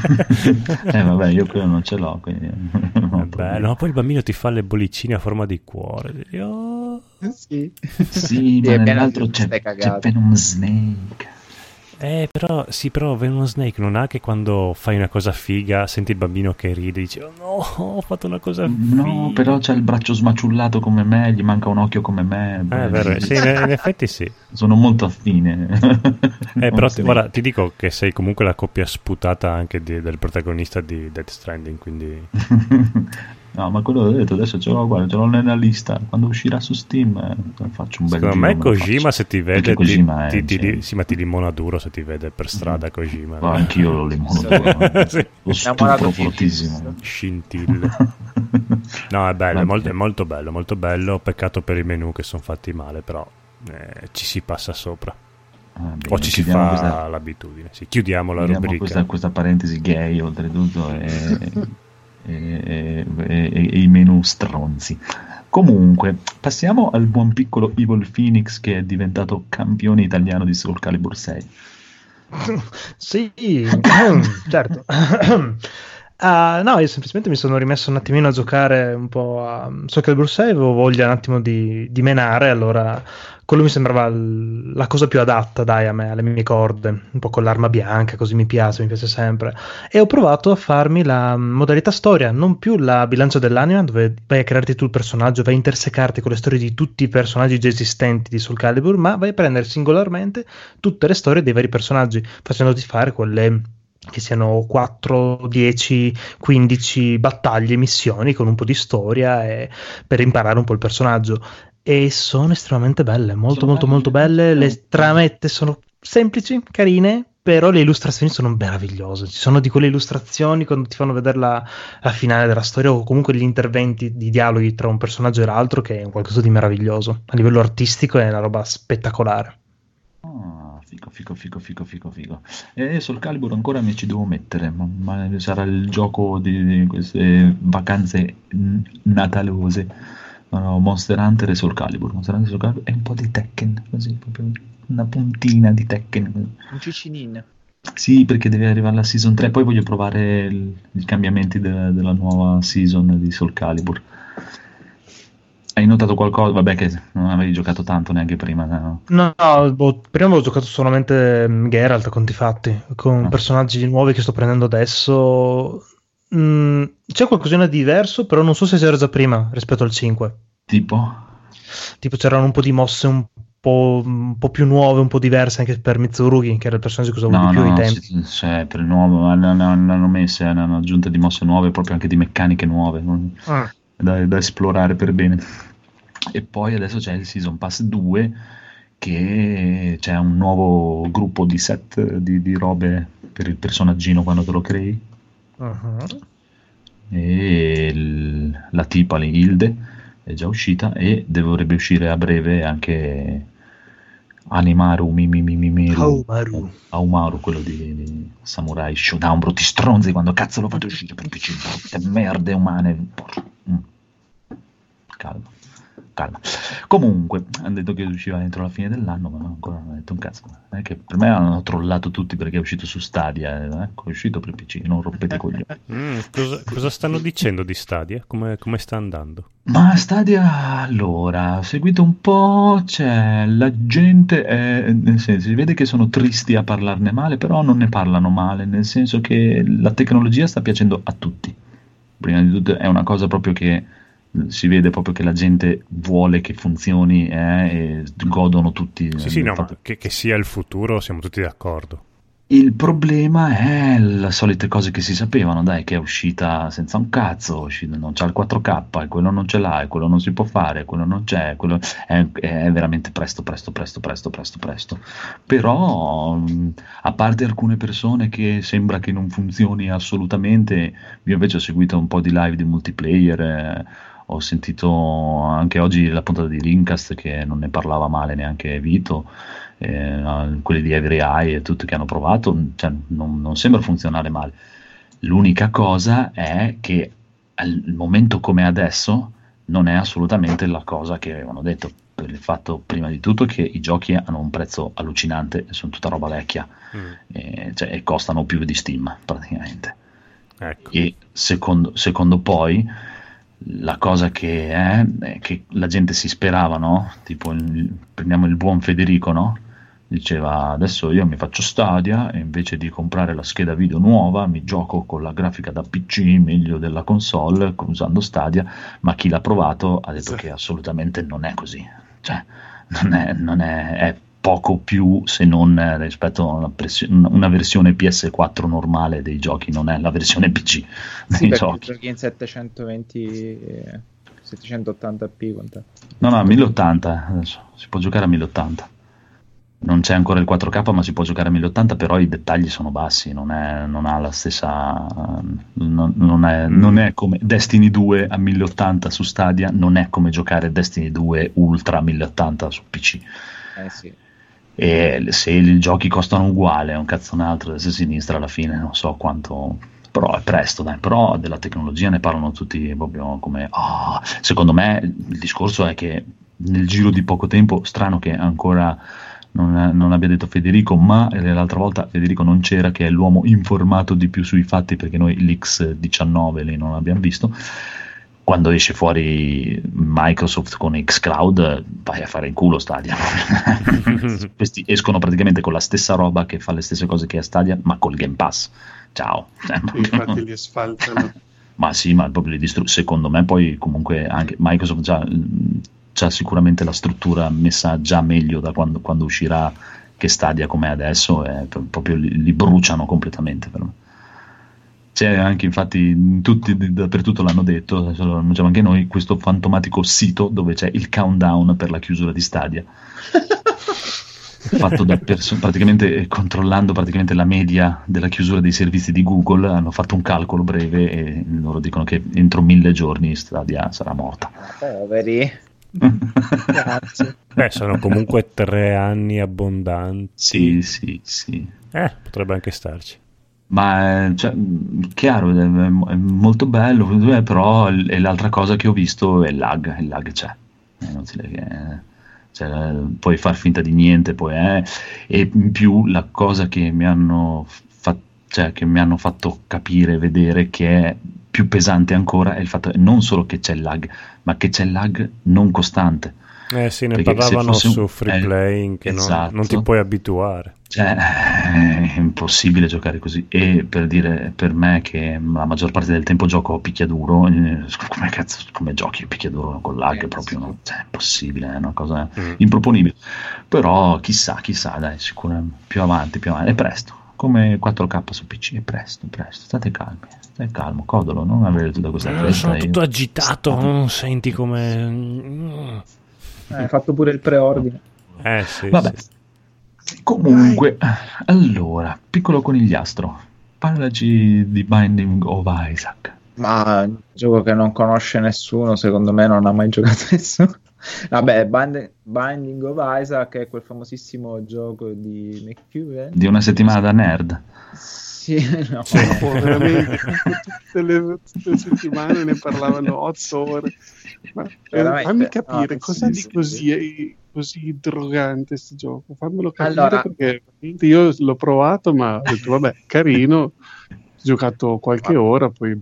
S1: Eh vabbè, io quello non ce l'ho, quindi non ho
S2: È
S1: problemi.
S2: bello, ma poi il bambino ti fa le bollicine a forma di cuore. Dici, "Oh."
S3: Sì.
S1: Sì,
S3: Sì,
S1: ma
S3: è pieno
S1: nell'altro
S3: di
S1: c'è,
S3: queste
S1: c'è
S3: cagate.
S1: Venom Snake.
S2: Eh, però, sì, però Venom Snake non ha che quando fai una cosa figa, senti il bambino che ride, dici, oh no, ho fatto una cosa figa.
S1: No, però c'ha il braccio smaciullato come me, gli manca un occhio come me.
S2: Eh, è vero, sì, in, in effetti sì.
S1: Sono molto affine.
S2: Eh, però ti,
S1: Snake.
S2: guarda, ti dico che sei comunque la coppia sputata anche di- del protagonista di Death Stranding, quindi...
S1: No, ma quello che ho detto adesso ce l'ho, guarda, ce l'ho nella lista. Quando uscirà su Steam eh, faccio un bel
S2: Secondo
S1: giro,
S2: me
S1: me lo
S2: Kojima
S1: faccio.
S2: se ti
S1: Perché
S2: vede ti,
S1: Kojima è,
S2: ti, ti,
S1: cioè,
S2: sì, ma ti limona duro se ti vede per strada Kojima.
S1: ma anch'io lo limono duro.
S2: Sì.
S1: Lo
S3: Innamorato
S1: stupro
S3: di
S1: fortissimo.
S2: Scintille. No, è bello,
S1: Va
S2: è molto,
S1: bene.
S2: è molto bello, molto bello. Peccato per i menu che sono fatti male, però eh, ci si passa sopra.
S1: Va bene,
S2: O ci si
S1: chiudiamo
S2: fa
S1: questa-
S2: l'abitudine. Sì, chiudiamo la
S1: chiudiamo
S2: rubrica.
S1: questa, questa parentesi gay oltretutto e, e, e- e- e i menu stronzi. Comunque, passiamo al buon piccolo Evil Phoenix che è diventato campione italiano di Soul Calibur sei.
S4: Sì, certo. Ah, no, io semplicemente mi sono rimesso un attimino a giocare un po' a Soul Calibur sei, avevo voglia un attimo di, di menare, allora quello mi sembrava l- la cosa più adatta, dai, a me, alle mie corde, un po' con l'arma bianca, così mi piace, mi piace sempre. E ho provato a farmi la modalità storia, non più la bilancia dell'anima, dove vai a crearti tu il personaggio, vai a intersecarti con le storie di tutti i personaggi già esistenti di Soul Calibur, ma vai a prendere singolarmente tutte le storie dei vari personaggi, facendoti fare quelle che siano quattro, dieci, quindici battaglie, missioni con un po' di storia e per imparare un po' il personaggio. E sono estremamente belle, molto
S1: Sono
S4: molto molto
S1: belle,
S4: belle.
S1: sì.
S4: Le tramette sono semplici, carine, però le illustrazioni sono meravigliose. Ci sono di quelle illustrazioni quando ti fanno vedere la, la finale della storia o comunque gli interventi di dialoghi tra un personaggio e l'altro, che è qualcosa di meraviglioso. A livello artistico è una roba spettacolare.
S1: Ah, figo, figo, figo, figo, figo, figo. E io sul Calibur ancora mi ci devo mettere, ma, ma sarà il gioco di, di queste vacanze n- natalose. No, no, Monster Hunter e Soul Calibur. Monster Hunter e Soul Calibur e un po' di Tekken, così, proprio una puntina di Tekken.
S3: Un cicinino.
S1: Sì, perché deve arrivare la season tre, poi voglio provare il- i cambiamenti de- della nuova season di Soul Calibur. Hai notato qualcosa? Vabbè, che non avevi giocato tanto neanche prima, no?
S4: No, no, boh, prima avevo giocato solamente mm, Geralt a conti fatti, con
S1: Ah.
S4: personaggi nuovi che sto prendendo adesso. Mm, c'è qualcosina di diverso, però non so se c'era già prima rispetto al cinque.
S1: Tipo?
S4: Tipo c'erano un po' di mosse un po', un po' più nuove, un po' diverse anche per Mitsurugi, che era il personaggio che usavo
S1: No,
S4: di più
S1: no,
S4: ai
S1: no,
S4: tempi.
S1: sì, cioè, per il nuovo hanno, hanno, hanno messo, hanno aggiunto di mosse nuove, proprio anche di meccaniche nuove, non-
S4: Ah.
S1: da, da esplorare per bene. E poi adesso c'è il Season Pass due, che c'è un nuovo gruppo di set di, di robe per il personaggino quando te lo crei.
S4: Uh-huh.
S1: E il- la tipa lì, Hilde, è già uscita e dovrebbe uscire a breve anche Animaru Mimimimiru
S4: Haumaru.
S1: Aumaru, quello di, di Samurai Shodown, brutti stronzi, quando cazzo lo fate uscire per P C, brutte merde umane. Por- mm. Calma, calma. Comunque, hanno detto che usciva entro la fine dell'anno, ma ancora non hanno detto un cazzo. È che per me hanno trollato tutti perché è uscito su Stadia, eh, ecco, è uscito per P C, non rompete i coglioni.
S2: Mm, cosa, cosa stanno dicendo di Stadia? Come, come sta andando?
S1: Ma Stadia, allora, seguito un po', c'è la gente, è, nel senso, si vede che sono tristi a parlarne male, però non ne parlano male, nel senso che la tecnologia sta piacendo a tutti. Prima di tutto è una cosa proprio che si vede proprio che la gente vuole che funzioni eh, e godono tutti.
S2: Sì, sì,
S1: eh,
S2: no, ma
S1: proprio-
S2: che, che sia il futuro siamo tutti d'accordo.
S1: Il problema è le solite cose che si sapevano, dai, che è uscita senza un cazzo, uscita- non c'ha il quattro K, e quello non ce l'ha, e quello non si può fare, quello non c'è, quello è, è veramente presto, presto, presto, presto, presto, presto. Però, mh, a parte alcune persone che sembra che non funzioni assolutamente, io invece ho seguito un po' di live di multiplayer, eh, ho sentito anche oggi la puntata di Rincast che non ne parlava male neanche Vito, eh, quelli di Every Eye e tutti che hanno provato, cioè, non, non sembra funzionare male. L'unica cosa è che al momento come adesso non è assolutamente la cosa che avevano detto, per il fatto prima di tutto che i giochi hanno un prezzo allucinante, sono tutta roba vecchia,
S2: Mm.
S1: e, cioè, e costano più di Steam praticamente.
S2: Ecco.
S1: E secondo, secondo poi la cosa che è, è che la gente si sperava, no? Tipo il- prendiamo il buon Federico, no? Diceva adesso io mi faccio Stadia e invece di comprare la scheda video nuova mi gioco con la grafica da P C meglio della console usando Stadia, ma chi l'ha provato ha detto
S5: Sì.
S1: che assolutamente non è così, cioè non è, non è, è poco più se non eh, rispetto a una, pressio- una versione P S quattro normale dei giochi, non è la versione P C
S3: Sì,
S1: dei
S3: perché
S1: giochi.
S3: giochi in settecentoventi, eh, settecentottanta p. Quant'è?
S1: No, no, mille ottanta adesso, si può giocare a mille ottanta. Non c'è ancora il quattro K, ma si può giocare a mille ottanta, però i dettagli sono bassi, non, è, non ha la stessa... Non, non è, non è come Destiny due a mille ottanta su Stadia, non è come giocare Destiny due Ultra a mille ottanta su P C.
S3: Eh sì.
S1: E se i giochi costano uguale, un cazzo un altro, destra e sinistra, alla fine non so quanto... Però è presto, dai, però della tecnologia ne parlano tutti proprio come... "Ah". Secondo me il discorso è che nel giro di poco tempo, strano che ancora non, non abbia detto Federico, ma l'altra volta Federico non c'era, che è l'uomo informato di più sui fatti, perché noi l'X diciannove lì non l'abbiamo visto. Quando esce fuori Microsoft con xCloud, vai a fare in culo Stadia. Questi escono praticamente con la stessa roba, che fa le stesse cose che è Stadia, ma col Game Pass. Ciao.
S5: E infatti li asfaltano.
S1: Ma sì, ma proprio li distru- secondo me poi comunque anche Microsoft già c'ha sicuramente la struttura messa già meglio da quando, quando uscirà, che Stadia come adesso, è pro- proprio li, li bruciano completamente per me. C'è anche, infatti, tutti d- dappertutto l'hanno detto, adesso lo annunciamo anche noi, questo fantomatico sito dove c'è il countdown per la chiusura di Stadia. Fatto da perso- praticamente eh, controllando praticamente la media della chiusura dei servizi di Google, hanno fatto un calcolo breve e loro dicono che entro mille giorni Stadia sarà morta.
S3: Poveri. Grazie.
S2: Beh, sono comunque tre anni abbondanti.
S1: Sì, sì, sì.
S2: Eh, potrebbe anche starci.
S1: Ma è, cioè, mh, chiaro, è, è molto bello, eh, però l- e l'altra cosa che ho visto è il lag, il lag c'è. È inutile che, cioè, puoi far finta di niente, poi è, e in più la cosa che mi hanno fa- cioè, che mi hanno fatto capire, vedere che è più pesante ancora è il fatto non solo che c'è il lag, ma che c'è il lag non costante.
S2: Eh sì, ne
S1: Perché se
S2: parlavano
S1: fosse un-
S2: su Free
S1: eh,
S2: Playing che non,
S1: esatto.
S2: non ti puoi abituare.
S1: Cioè, è impossibile giocare così. E per dire, per me che la maggior parte del tempo gioco a picchiaduro, eh, come cazzo, come giochi a picchiaduro con lag,
S3: Eh,
S1: proprio
S3: sì.
S1: no? Cioè, è impossibile, è una cosa
S2: Mm.
S1: improponibile. Però chissà, chissà, dai, sicuramente più avanti, più avanti, è presto. Come quattro K su P C, è presto, presto. State calmi, state calmo, Codolo, non avere tutta questa
S2: Eh,
S1: fretta.
S2: sono
S1: io-
S2: tutto agitato, non senti come...
S3: Eh, hai fatto pure il preordine.
S2: Eh sì,
S1: Vabbè.
S2: sì.
S1: Comunque, allora, piccolo conigliastro, parlaci di Binding of Isaac.
S3: Ma un gioco che non conosce nessuno, secondo me non ha mai giocato nessuno. Vabbè, Bind- Binding of Isaac è quel famosissimo gioco di McEwen.
S1: Di una settimana da nerd.
S3: Sì, no.
S5: Oh, veramente, tutte le, tutte le settimane ne parlavano otto ore. Ma, eh,
S3: Veramente?
S5: fammi capire
S3: Ah,
S5: cosa
S3: sì,
S5: di
S3: sì,
S5: così, eh, così drogante sto gioco. Fammelo capire,
S3: Allora-
S5: perché veramente io l'ho provato, ma ho detto vabbè, carino, ho giocato qualche ora, poi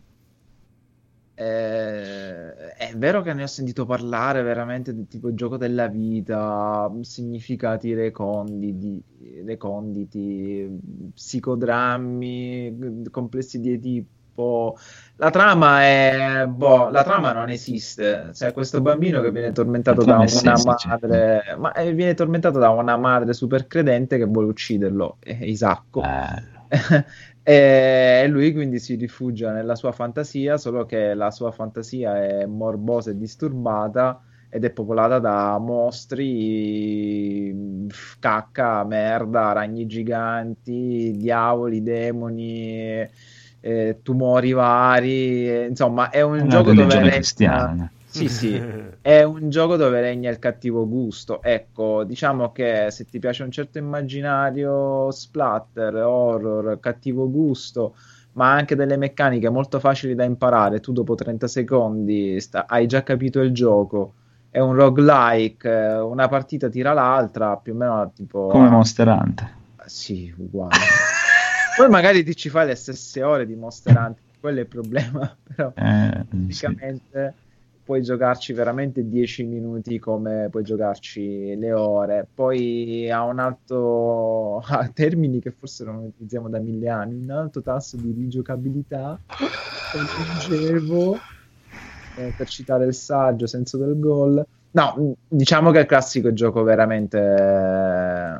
S3: Eh, è vero che ne ho sentito parlare veramente di tipo gioco della vita, significati reconditi, reconditi, psicodrammi, complessi di Edipo, po'... La trama è... Boh, la trama non esiste. C'è questo bambino che viene tormentato da una
S1: semplice.
S3: madre... Ma eh, viene tormentato da una madre super credente che vuole ucciderlo. È Isacco.
S1: Bello.
S3: E lui quindi si rifugia nella sua fantasia, solo che la sua fantasia è morbosa e disturbata ed è popolata da mostri, cacca, merda, ragni giganti, diavoli, demoni, eh, tumori vari. eh, Insomma, è un
S1: Una
S3: gioco dove
S1: religione
S3: regna...
S1: cristiana.
S3: Sì, sì, è un gioco dove regna il cattivo gusto. Ecco, diciamo che se ti piace un certo immaginario splatter, horror, cattivo gusto, ma anche delle meccaniche molto facili da imparare, tu dopo trenta secondi sta- hai già capito il gioco. È un roguelike, eh, una partita tira l'altra, più o meno tipo...
S1: Come
S3: ah,
S1: Monster Hunter.
S3: sì, uguale. Poi magari ti ci fai le stesse ore di Monster Hunter, quello è il problema, però
S1: Eh, sì.
S3: praticamente puoi giocarci veramente dieci minuti come puoi giocarci le ore. Poi ha un alto, ha termini che forse non utilizziamo da mille anni, un alto tasso di rigiocabilità, aggiungevo, eh, per citare il saggio, senso del gol. No, diciamo che è il classico gioco veramente eh,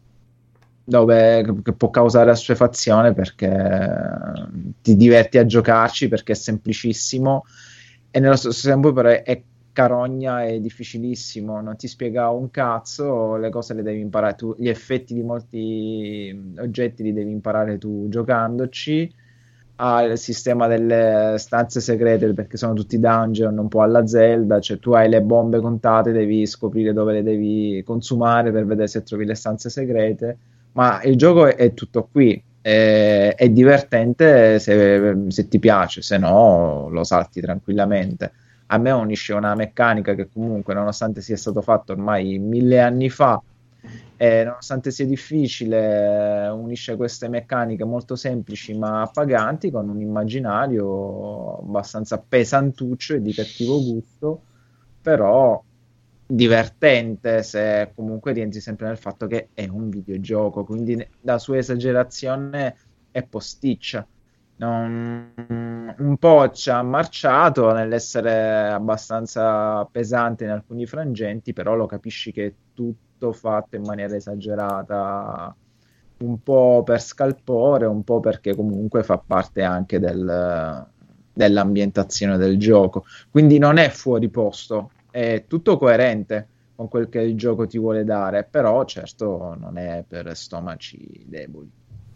S3: dove che- che può causare assuefazione perché ti diverti a giocarci perché è semplicissimo e nello stesso tempo però è, è carogna, è difficilissimo, non ti spiega un cazzo, le cose le devi imparare tu, gli effetti di molti oggetti li devi imparare tu giocandoci. Ha il sistema delle stanze segrete perché sono tutti dungeon, un po' alla Zelda, cioè tu hai le bombe contate, devi scoprire dove le devi consumare per vedere se trovi le stanze segrete, ma il gioco è, è tutto qui, è, è divertente se, se ti piace, se no lo salti tranquillamente. A me unisce una meccanica che comunque, nonostante sia stato fatto ormai mille anni fa, e nonostante sia difficile, unisce queste meccaniche molto semplici ma appaganti con un immaginario abbastanza pesantuccio e di cattivo gusto, però divertente se comunque rientri sempre nel fatto che è un videogioco, quindi ne- la sua esagerazione è posticcia. Non- un po' ci ha marciato nell'essere abbastanza pesante in alcuni frangenti, però lo capisci che è tutto fatto in maniera esagerata, un po' per scalpore, un po' perché comunque fa parte anche del- dell'ambientazione del gioco. Quindi non è fuori posto, è tutto coerente con quel che il gioco ti vuole dare, però certo non è per stomaci deboli.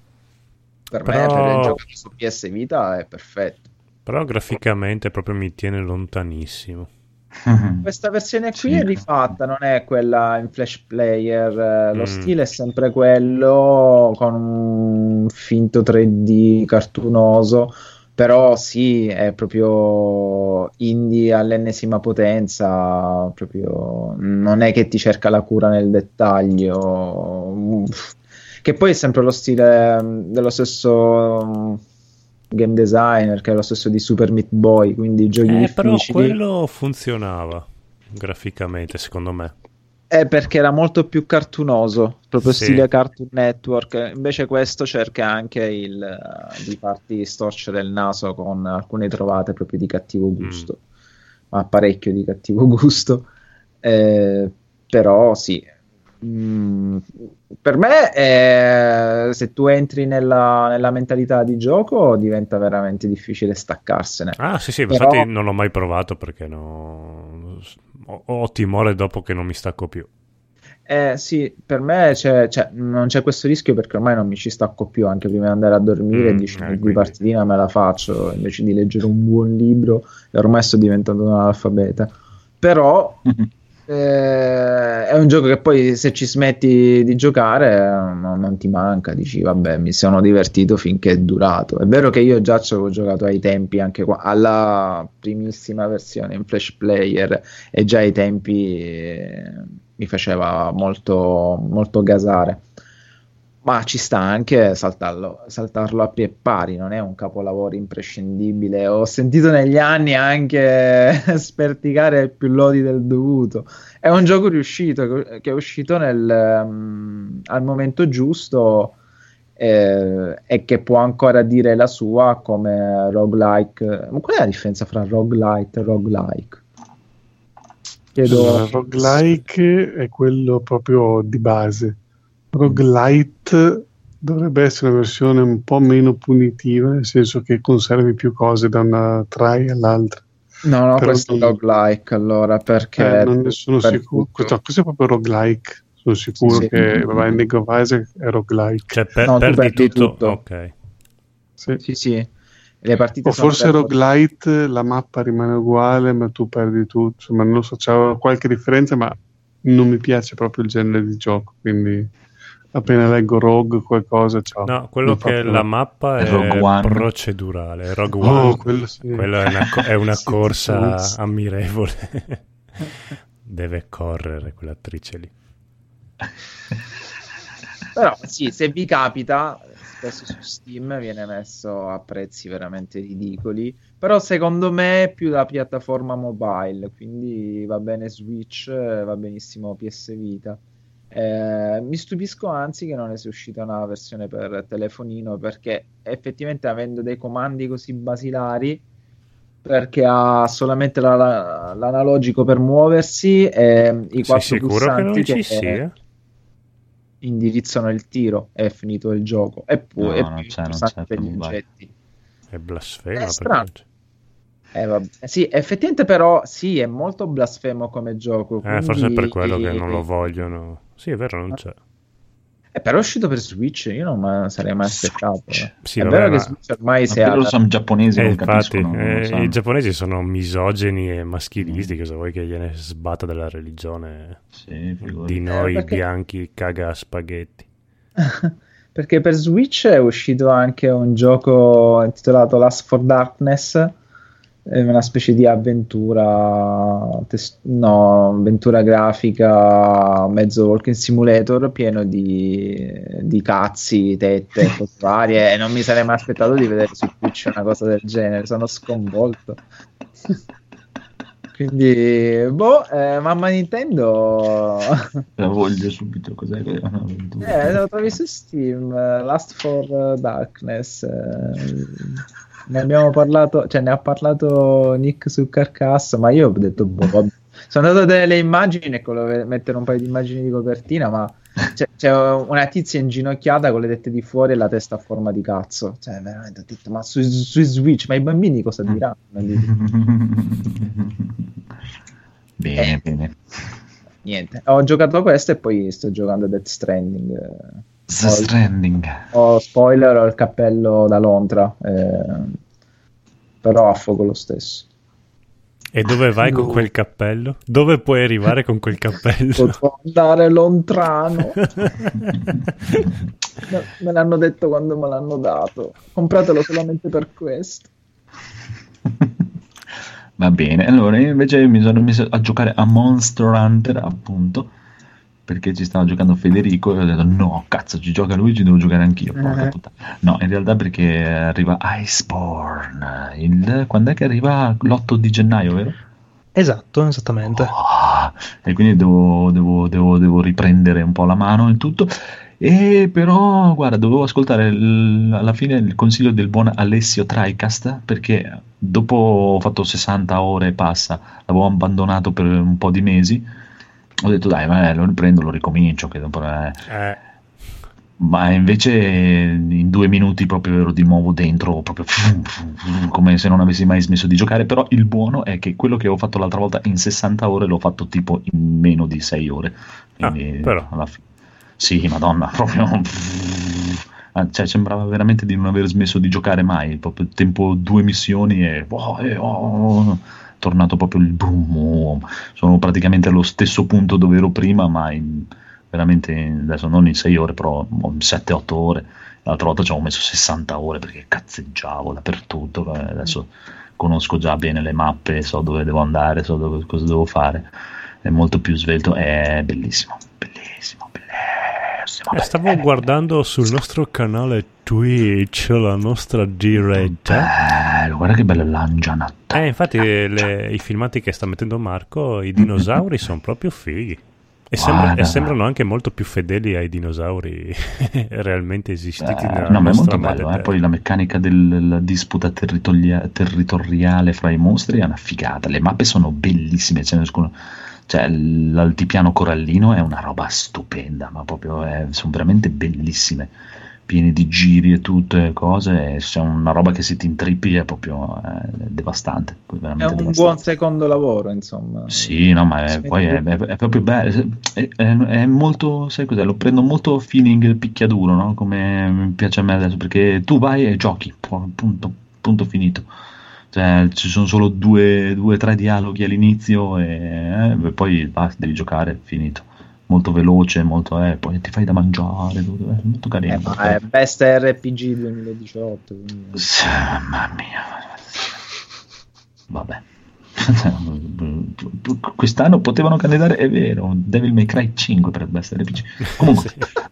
S3: Per me, per il
S2: Però,
S3: gioco su P S Vita è perfetto.
S2: però graficamente proprio mi tiene lontanissimo.
S3: Questa versione qui
S1: Sì.
S3: è rifatta, non è quella in Flash Player, eh, lo
S2: Mm.
S3: stile è sempre quello, con un finto tre D cartunoso, però sì, è proprio indie all'ennesima potenza, proprio non è che ti cerca la cura nel dettaglio, uff. Che poi è sempre lo stile mm, dello stesso mm, game designer, che è lo stesso di Super Meat Boy, quindi giochi
S2: Eh, però
S3: difficili.
S2: quello funzionava graficamente, secondo me.
S3: È perché era molto più cartunoso, proprio
S2: Sì.
S3: stile Cartoon Network. Invece questo cerca anche il, eh, di farti storcere il naso con alcune trovate proprio di cattivo gusto, ma parecchio di cattivo gusto. Eh, però sì. Mm, per me eh, se tu entri nella, nella mentalità di gioco diventa veramente difficile staccarsene.
S2: Ah, sì, sì,
S3: Però-
S2: infatti non l'ho mai provato perché no... ho, ho timore dopo che non mi stacco più.
S3: Eh sì, per me c'è- c'è- non c'è questo rischio perché ormai non mi ci stacco più, anche prima di andare a dormire,
S2: Mm,
S3: dieci
S2: eh,
S3: minuti di
S2: quindi-
S3: partitina me la faccio invece di leggere un buon libro e ormai sto diventando un analfabeta. Però eh, è un gioco che poi se ci smetti di giocare eh, non, non ti manca, dici vabbè mi sono divertito finché è durato. È vero che io già ci avevo giocato ai tempi, anche qua, alla primissima versione in Flash Player e già ai tempi eh, mi faceva molto, molto gasare. Ma ci sta anche saltarlo, saltarlo a pie pari, non è un capolavoro imprescindibile. Ho sentito negli anni anche sperticare più lodi del dovuto. È un gioco riuscito, che che è uscito nel, um, al momento giusto eh, e che può ancora dire la sua come roguelike. Ma qual è la differenza fra roguelite e roguelike? Chiedo...
S5: Allora, roguelike è quello proprio di base. Roguelite dovrebbe essere una versione un po' meno punitiva, nel senso che conservi più cose da una try all'altra.
S3: No, no,
S5: Però
S3: questo
S5: non-
S3: è roguelike allora, perché...
S5: Eh, non ne sono
S3: per
S5: sicuro.
S3: tutto-
S5: Questo, questo è proprio roguelike. Sono sicuro
S3: Sì, sì.
S5: che Binding of Isaac è roguelike.
S2: Cioè, per-
S3: No, tu
S2: perdi,
S3: perdi
S2: tutto.
S3: tutto.
S2: Ok.
S5: Sì.
S3: Sì, sì. Le partite
S5: O
S3: sono
S5: forse
S3: per-
S5: roguelite, la mappa rimane uguale, ma tu perdi tutto. Insomma, non lo so, c'è qualche differenza, ma non mi piace proprio il genere di gioco. Quindi, appena leggo rogue qualcosa, ciao.
S2: No, quello
S5: Non
S2: che
S5: proprio-
S2: la mappa
S1: È
S2: è
S1: Rogue One.
S2: procedurale. Rogue
S5: Oh,
S2: One,
S5: quello sì.
S2: quella è una, co- è una
S5: Sì,
S2: corsa
S5: sì.
S2: ammirevole. Deve correre quell'attrice lì.
S3: Però sì, se vi capita, spesso su Steam viene messo a prezzi veramente ridicoli, però secondo me è più la piattaforma mobile, quindi va bene Switch, eh, va benissimo P S Vita. Eh, mi stupisco anzi che non ne sia uscita una versione per telefonino, perché effettivamente avendo dei comandi così basilari, perché ha solamente la- la- l'analogico per muoversi e i
S2: Sei
S3: quattro
S2: sicuro che non
S3: pulsanti
S2: ci
S3: che
S2: sia?
S3: indirizzano il tiro, è finito il gioco. E poi
S1: No,
S3: e
S1: non
S3: più
S1: c'è, non
S3: pulsanti
S1: c'è
S3: per gli
S1: per mobile.
S3: ingetti.
S2: È blasfema.
S3: È
S2: perché
S3: strano.
S2: non c'è.
S3: Eh, vabbè. Eh, sì, effettivamente però sì, è molto blasfemo come gioco.
S2: Eh, forse è per
S3: quindi-
S2: quello che non lo vogliono. Sì, è vero, non c'è.
S3: Eh, però è uscito per Switch, io non me sarei mai aspettato. eh.
S2: Sì,
S3: è
S2: vabbè,
S3: vero
S2: ma-
S3: che Switch ormai
S1: Ma
S3: si è
S1: quello
S3: adattato.
S1: sono giapponesi,
S2: Eh,
S1: non
S2: infatti,
S1: capiscono. non lo
S2: eh,
S1: sanno.
S2: i giapponesi sono misogeni e maschilisti, cosa vuoi che gliene sbatta della religione
S1: Sì, figurati.
S2: di noi
S3: Eh, perché-
S2: bianchi caga a spaghetti.
S3: Perché per Switch è uscito anche un gioco intitolato Last for Darkness, è una specie di avventura, tes- no, avventura grafica, mezzo walking simulator, pieno di, di cazzi, tette e cose varie, e non mi sarei mai aspettato di vedere su Twitch una cosa del genere, sono sconvolto. Quindi, boh, eh, mamma Nintendo...
S1: La voglio subito, cos'è? che- no,
S3: Eh, lo trovi su Steam, eh, Last for Darkness. eh, ne abbiamo parlato, cioè ne ha parlato Nick su Carcass, ma io ho detto, boh, vabbè. Sono andato a vedere le immagini, ecco, lo- mettere un paio di immagini di copertina, ma c'è, c'è una tizia inginocchiata con le tette di fuori e la testa a forma di cazzo. Cioè, veramente, ho detto, ma su, su Switch, ma i bambini cosa diranno?
S1: Bene,
S3: Eh.
S1: bene.
S3: Niente, ho giocato a questo e poi sto giocando a Death Stranding. eh.
S1: The Stranding.
S3: Ho spoiler, ho il cappello da lontra, eh, però a fuoco lo stesso.
S2: E dove vai con
S5: No.
S2: quel cappello? Dove puoi arrivare con quel cappello?
S3: Potrò andare lontano. Me me l'hanno detto quando me l'hanno dato. Compratelo solamente per questo.
S1: Va bene, allora io invece mi sono messo a giocare a Monster Hunter, appunto, perché ci stava giocando Federico e ho detto no, cazzo, ci gioca lui, ci devo giocare anch'io, porca
S3: Eh.
S1: puttana. No, in realtà perché arriva Iceborne, il... quando è che arriva? L'otto di gennaio, vero?
S4: Esatto, esattamente.
S1: Oh, e quindi devo, devo, devo, devo riprendere un po' la mano e tutto. E però, guarda, dovevo ascoltare il- alla fine il consiglio del buon Alessio Tricast, perché dopo ho fatto sessanta ore e passa, l'avevo abbandonato per un po' di mesi. Ho detto, dai, vabbè, lo riprendo, lo ricomincio. Che dopo, eh.
S2: Eh,
S1: Ma invece in due minuti proprio ero di nuovo dentro, proprio come se non avessi mai smesso di giocare. Però il buono è che quello che ho fatto l'altra volta in sessanta ore l'ho fatto tipo in meno di sei ore. Quindi,
S2: Ah, però.
S1: alla fine. Sì, madonna, proprio. Ah, cioè, sembrava veramente di non aver smesso di giocare mai. Proprio tempo due missioni e. Oh, eh, oh, tornato proprio il boom. Oh. Sono praticamente allo stesso punto dove ero prima, ma in, veramente adesso non in sei ore, però in sette otto ore. L'altra volta ci avevo messo sessanta ore perché cazzeggiavo dappertutto. Adesso conosco già bene le mappe, so dove devo andare, so dove, cosa devo fare. È molto più svelto, è bellissimo, bellissimo, bellissimo.
S2: eh, stavo guardando sul nostro canale Twitch la nostra diretta.
S1: Bello, guarda che bella langianata.
S2: Eh, infatti le- i filmati che sta mettendo Marco, i dinosauri sono proprio fighi. E, sembra, e sembrano anche molto più fedeli ai dinosauri realmente esistiti
S1: eh,
S2: nella
S1: no, ma è
S2: nostra
S1: molto bello,
S2: madre
S1: eh. Poi la meccanica della disputa territoria- territoriale fra i mostri è una figata. Le mappe sono bellissime, ce ne sono- cioè l'altipiano corallino è una roba stupenda, ma proprio è- sono veramente bellissime, pieni di giri e tutte cose, e c'è una roba che se ti intrippi è proprio eh, devastante. Poi
S3: È
S1: veramente
S3: un
S1: devastante.
S3: buon secondo lavoro, insomma.
S1: Sì, no, ma è, poi è, è- è proprio bello, è, è- è molto, sai cos'è, lo prendo molto feeling picchiaduro, no? Come mi piace a me adesso, perché tu vai e giochi, pu- punto, punto finito. Cioè, ci sono solo due o tre dialoghi all'inizio e eh, poi basta, devi giocare, finito. Molto veloce, molto, eh, poi ti fai da mangiare, tutto, è molto carino.
S3: Eh, ma è Best R P G duemiladiciotto. Quindi...
S1: Sì, mamma mia. Vabbè. Quest'anno potevano candidare, è vero, Devil May Cry cinque per Best R P G. Comunque,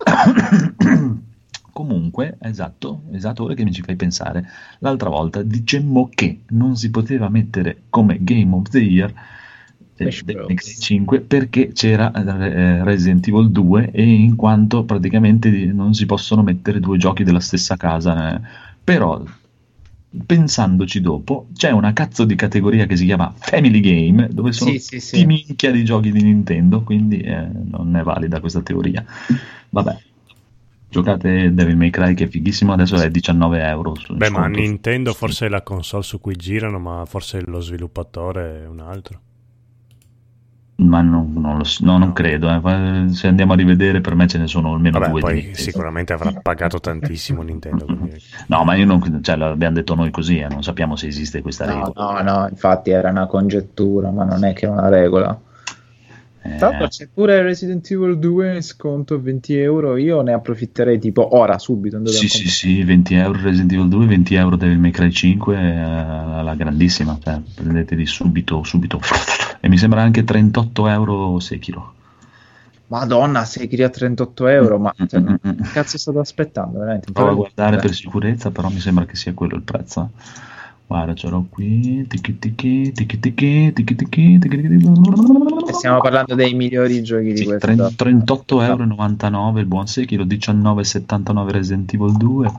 S1: comunque, esatto, esatto, ora che mi ci fai pensare, l'altra volta dicemmo che non si poteva mettere come Game of the Year eh,
S3: Smash
S1: Devil
S3: Bros.
S1: May Cry cinque perché c'era eh, Resident Evil due e in quanto praticamente non si possono mettere due giochi della stessa casa, eh. Però pensandoci dopo, c'è una cazzo di categoria che si chiama Family Game, dove sono
S3: Sì, sì, sì.
S1: tutti minchia di giochi di Nintendo, quindi eh, non è valida questa teoria. Vabbè, giocate Devil May Cry che è fighissimo, adesso è diciannove euro su
S2: Beh, ma
S1: sconto.
S2: Nintendo forse è la console su cui girano, ma forse lo sviluppatore è un altro.
S1: Ma non, non lo so, no, non credo, eh. Se andiamo a rivedere per me ce ne sono almeno
S2: Vabbè,
S1: due di
S2: poi
S1: Nintendo.
S2: sicuramente avrà pagato tantissimo Nintendo, quindi...
S1: No, ma io non, cioè, l'abbiamo detto noi così, eh, non sappiamo se esiste questa
S3: No,
S1: regola.
S3: no, no, infatti era una congettura, ma non è che è una regola.
S1: Eh,
S3: Tra l'altro c'è pure Resident Evil due in sconto venti euro, io ne approfitterei tipo ora, subito. andate
S1: Sì,
S3: a
S1: sì,
S3: comprare.
S1: sì, venti euro Resident Evil due, venti euro Devil May Cry cinque, eh, alla grandissima, cioè, prendeteli subito, subito. E mi sembra anche trentotto euro Sekiro.
S3: Madonna, Sekiro a trentotto euro, ma cioè,
S1: Mm, mm, mm.
S3: che cazzo state aspettando veramente?
S1: Provo a guardare per sicurezza, però mi sembra che sia quello il prezzo. Guarda, ce l'ho qui, tichi tichi, tichi tichi, tichi tichi, tichi tichi.
S3: Stiamo parlando dei migliori giochi di
S1: Sì,
S3: questa.
S1: trenta trentotto euro e novantanove il buon Sekiro, diciannove e settantanove Resident Evil due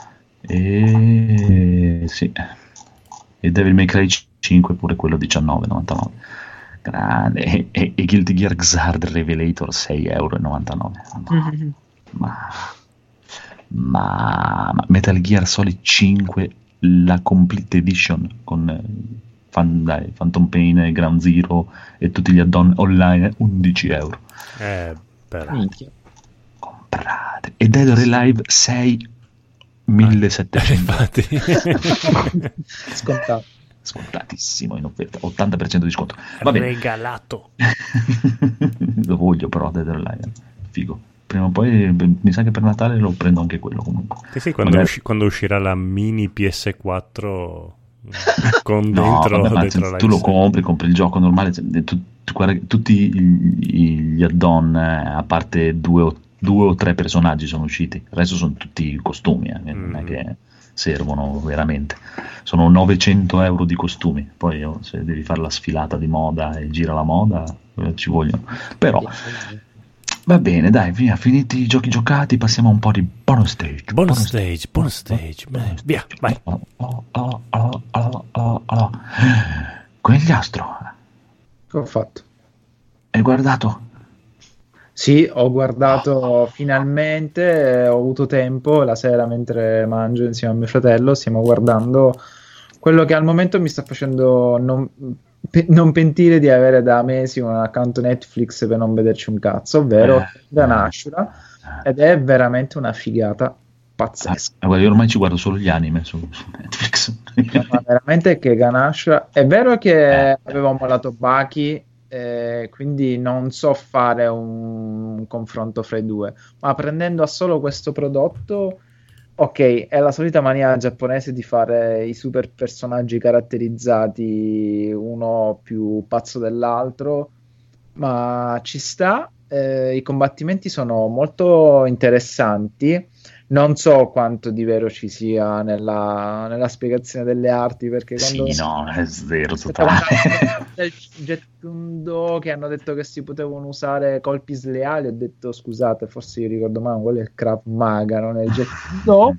S1: e sì, e Devil May Cry cinque pure quello diciannove e novantanove. Grande. E, e, e Guilty Gear Xrd Revelator sei euro e novantanove.
S3: Mm-hmm.
S1: Ma, ma, ma Metal Gear Solid cinque, la Complete Edition con eh, fan, dai, Phantom Pain e Ground Zero e tutti gli add-on online, undici euro.
S2: Eh, però...
S3: Minchia.
S1: Comprate. E Dead or Alive sei, millesettecento.
S2: Infatti.
S3: Scontato.
S1: Scontatissimo in offerta, ottanta per cento di sconto. Va bene.
S2: Regalato.
S1: Lo voglio però Dead or Alive, figo. Prima o poi beh, mi sa che per Natale lo prendo anche quello comunque.
S2: Sì, sì, quando,
S1: Magari...
S2: usci- quando uscirà la mini P S quattro con
S1: no,
S2: dentro,
S1: vabbè, ma
S2: dentro
S1: se
S2: la
S1: tu lo
S2: S.
S1: compri, compri il gioco normale, tu, tu, guarda, tutti gli, gli add-on, eh, a parte due o, due o tre personaggi sono usciti, il resto sono tutti costumi, eh, mm. non è che servono veramente. Sono novecento euro di costumi, poi oh, se devi fare la sfilata di moda e gira la moda, eh, ci vogliono. Però va bene, dai, via, finiti i giochi giocati, passiamo a un po' di bonus stage.
S2: Bonus stage, bonus stage, bonus... via, vai.
S1: Oh, oh, oh, oh, oh, oh, oh. Conigliastro,
S3: Che ho fatto?
S1: hai guardato?
S3: Sì, ho guardato finalmente, ho avuto tempo la sera mentre mangio insieme a mio fratello, stiamo guardando quello che al momento mi sta facendo non, pe- non pentire di avere da mesi un account Netflix per non vederci un cazzo, ovvero
S1: Eh,
S3: Ganashura, ed è veramente una figata pazzesca.
S1: Ah, guarda, io ormai ci guardo solo gli anime su, su Netflix.
S3: No, ma veramente che Ganashura, è vero che
S1: Eh.
S3: avevo mollato Baki, eh, quindi non so fare un, un confronto fra i due, ma prendendo a solo questo prodotto, ok, è la solita mania giapponese di fare i super personaggi caratterizzati, uno più pazzo dell'altro, ma ci sta. Eh, i combattimenti sono molto interessanti. Non so quanto di vero ci sia nella, nella spiegazione delle arti, perché quando
S1: Sì, no, è zero
S3: aspetta,
S1: totale.
S3: quando del, jet- judo, che hanno detto che si potevano usare colpi sleali. Ho detto scusate, forse io ricordo male, quello è il Krav Maga, non è il Jet no.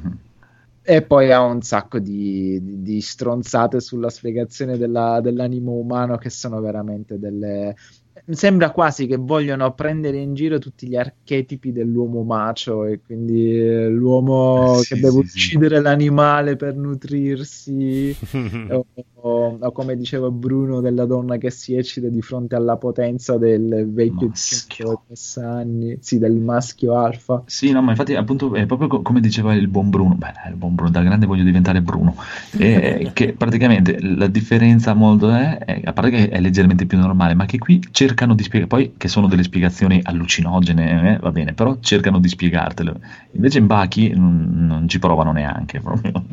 S3: E poi ha un sacco di, di, di stronzate sulla spiegazione della, dell'animo umano, che sono veramente delle... Sembra quasi che vogliono prendere in giro tutti gli archetipi dell'uomo macho, e quindi eh, l'uomo
S1: Eh, sì,
S3: che deve
S1: sì,
S3: uccidere sì. l'animale per nutrirsi, o, o, o come diceva Bruno, della donna che si eccita di fronte alla potenza del vecchio di centoventi anni, sì, del maschio alfa.
S1: Sì, no, ma infatti appunto è proprio co- come diceva il buon Bruno, beh, il buon Bruno, da grande voglio diventare Bruno, e che praticamente la differenza molto è, è, a parte che è leggermente più normale, ma che qui cercano di spiegare, poi che sono delle spiegazioni allucinogene, eh, va bene, però cercano di spiegartelo, invece in Baki non, non ci provano neanche, proprio.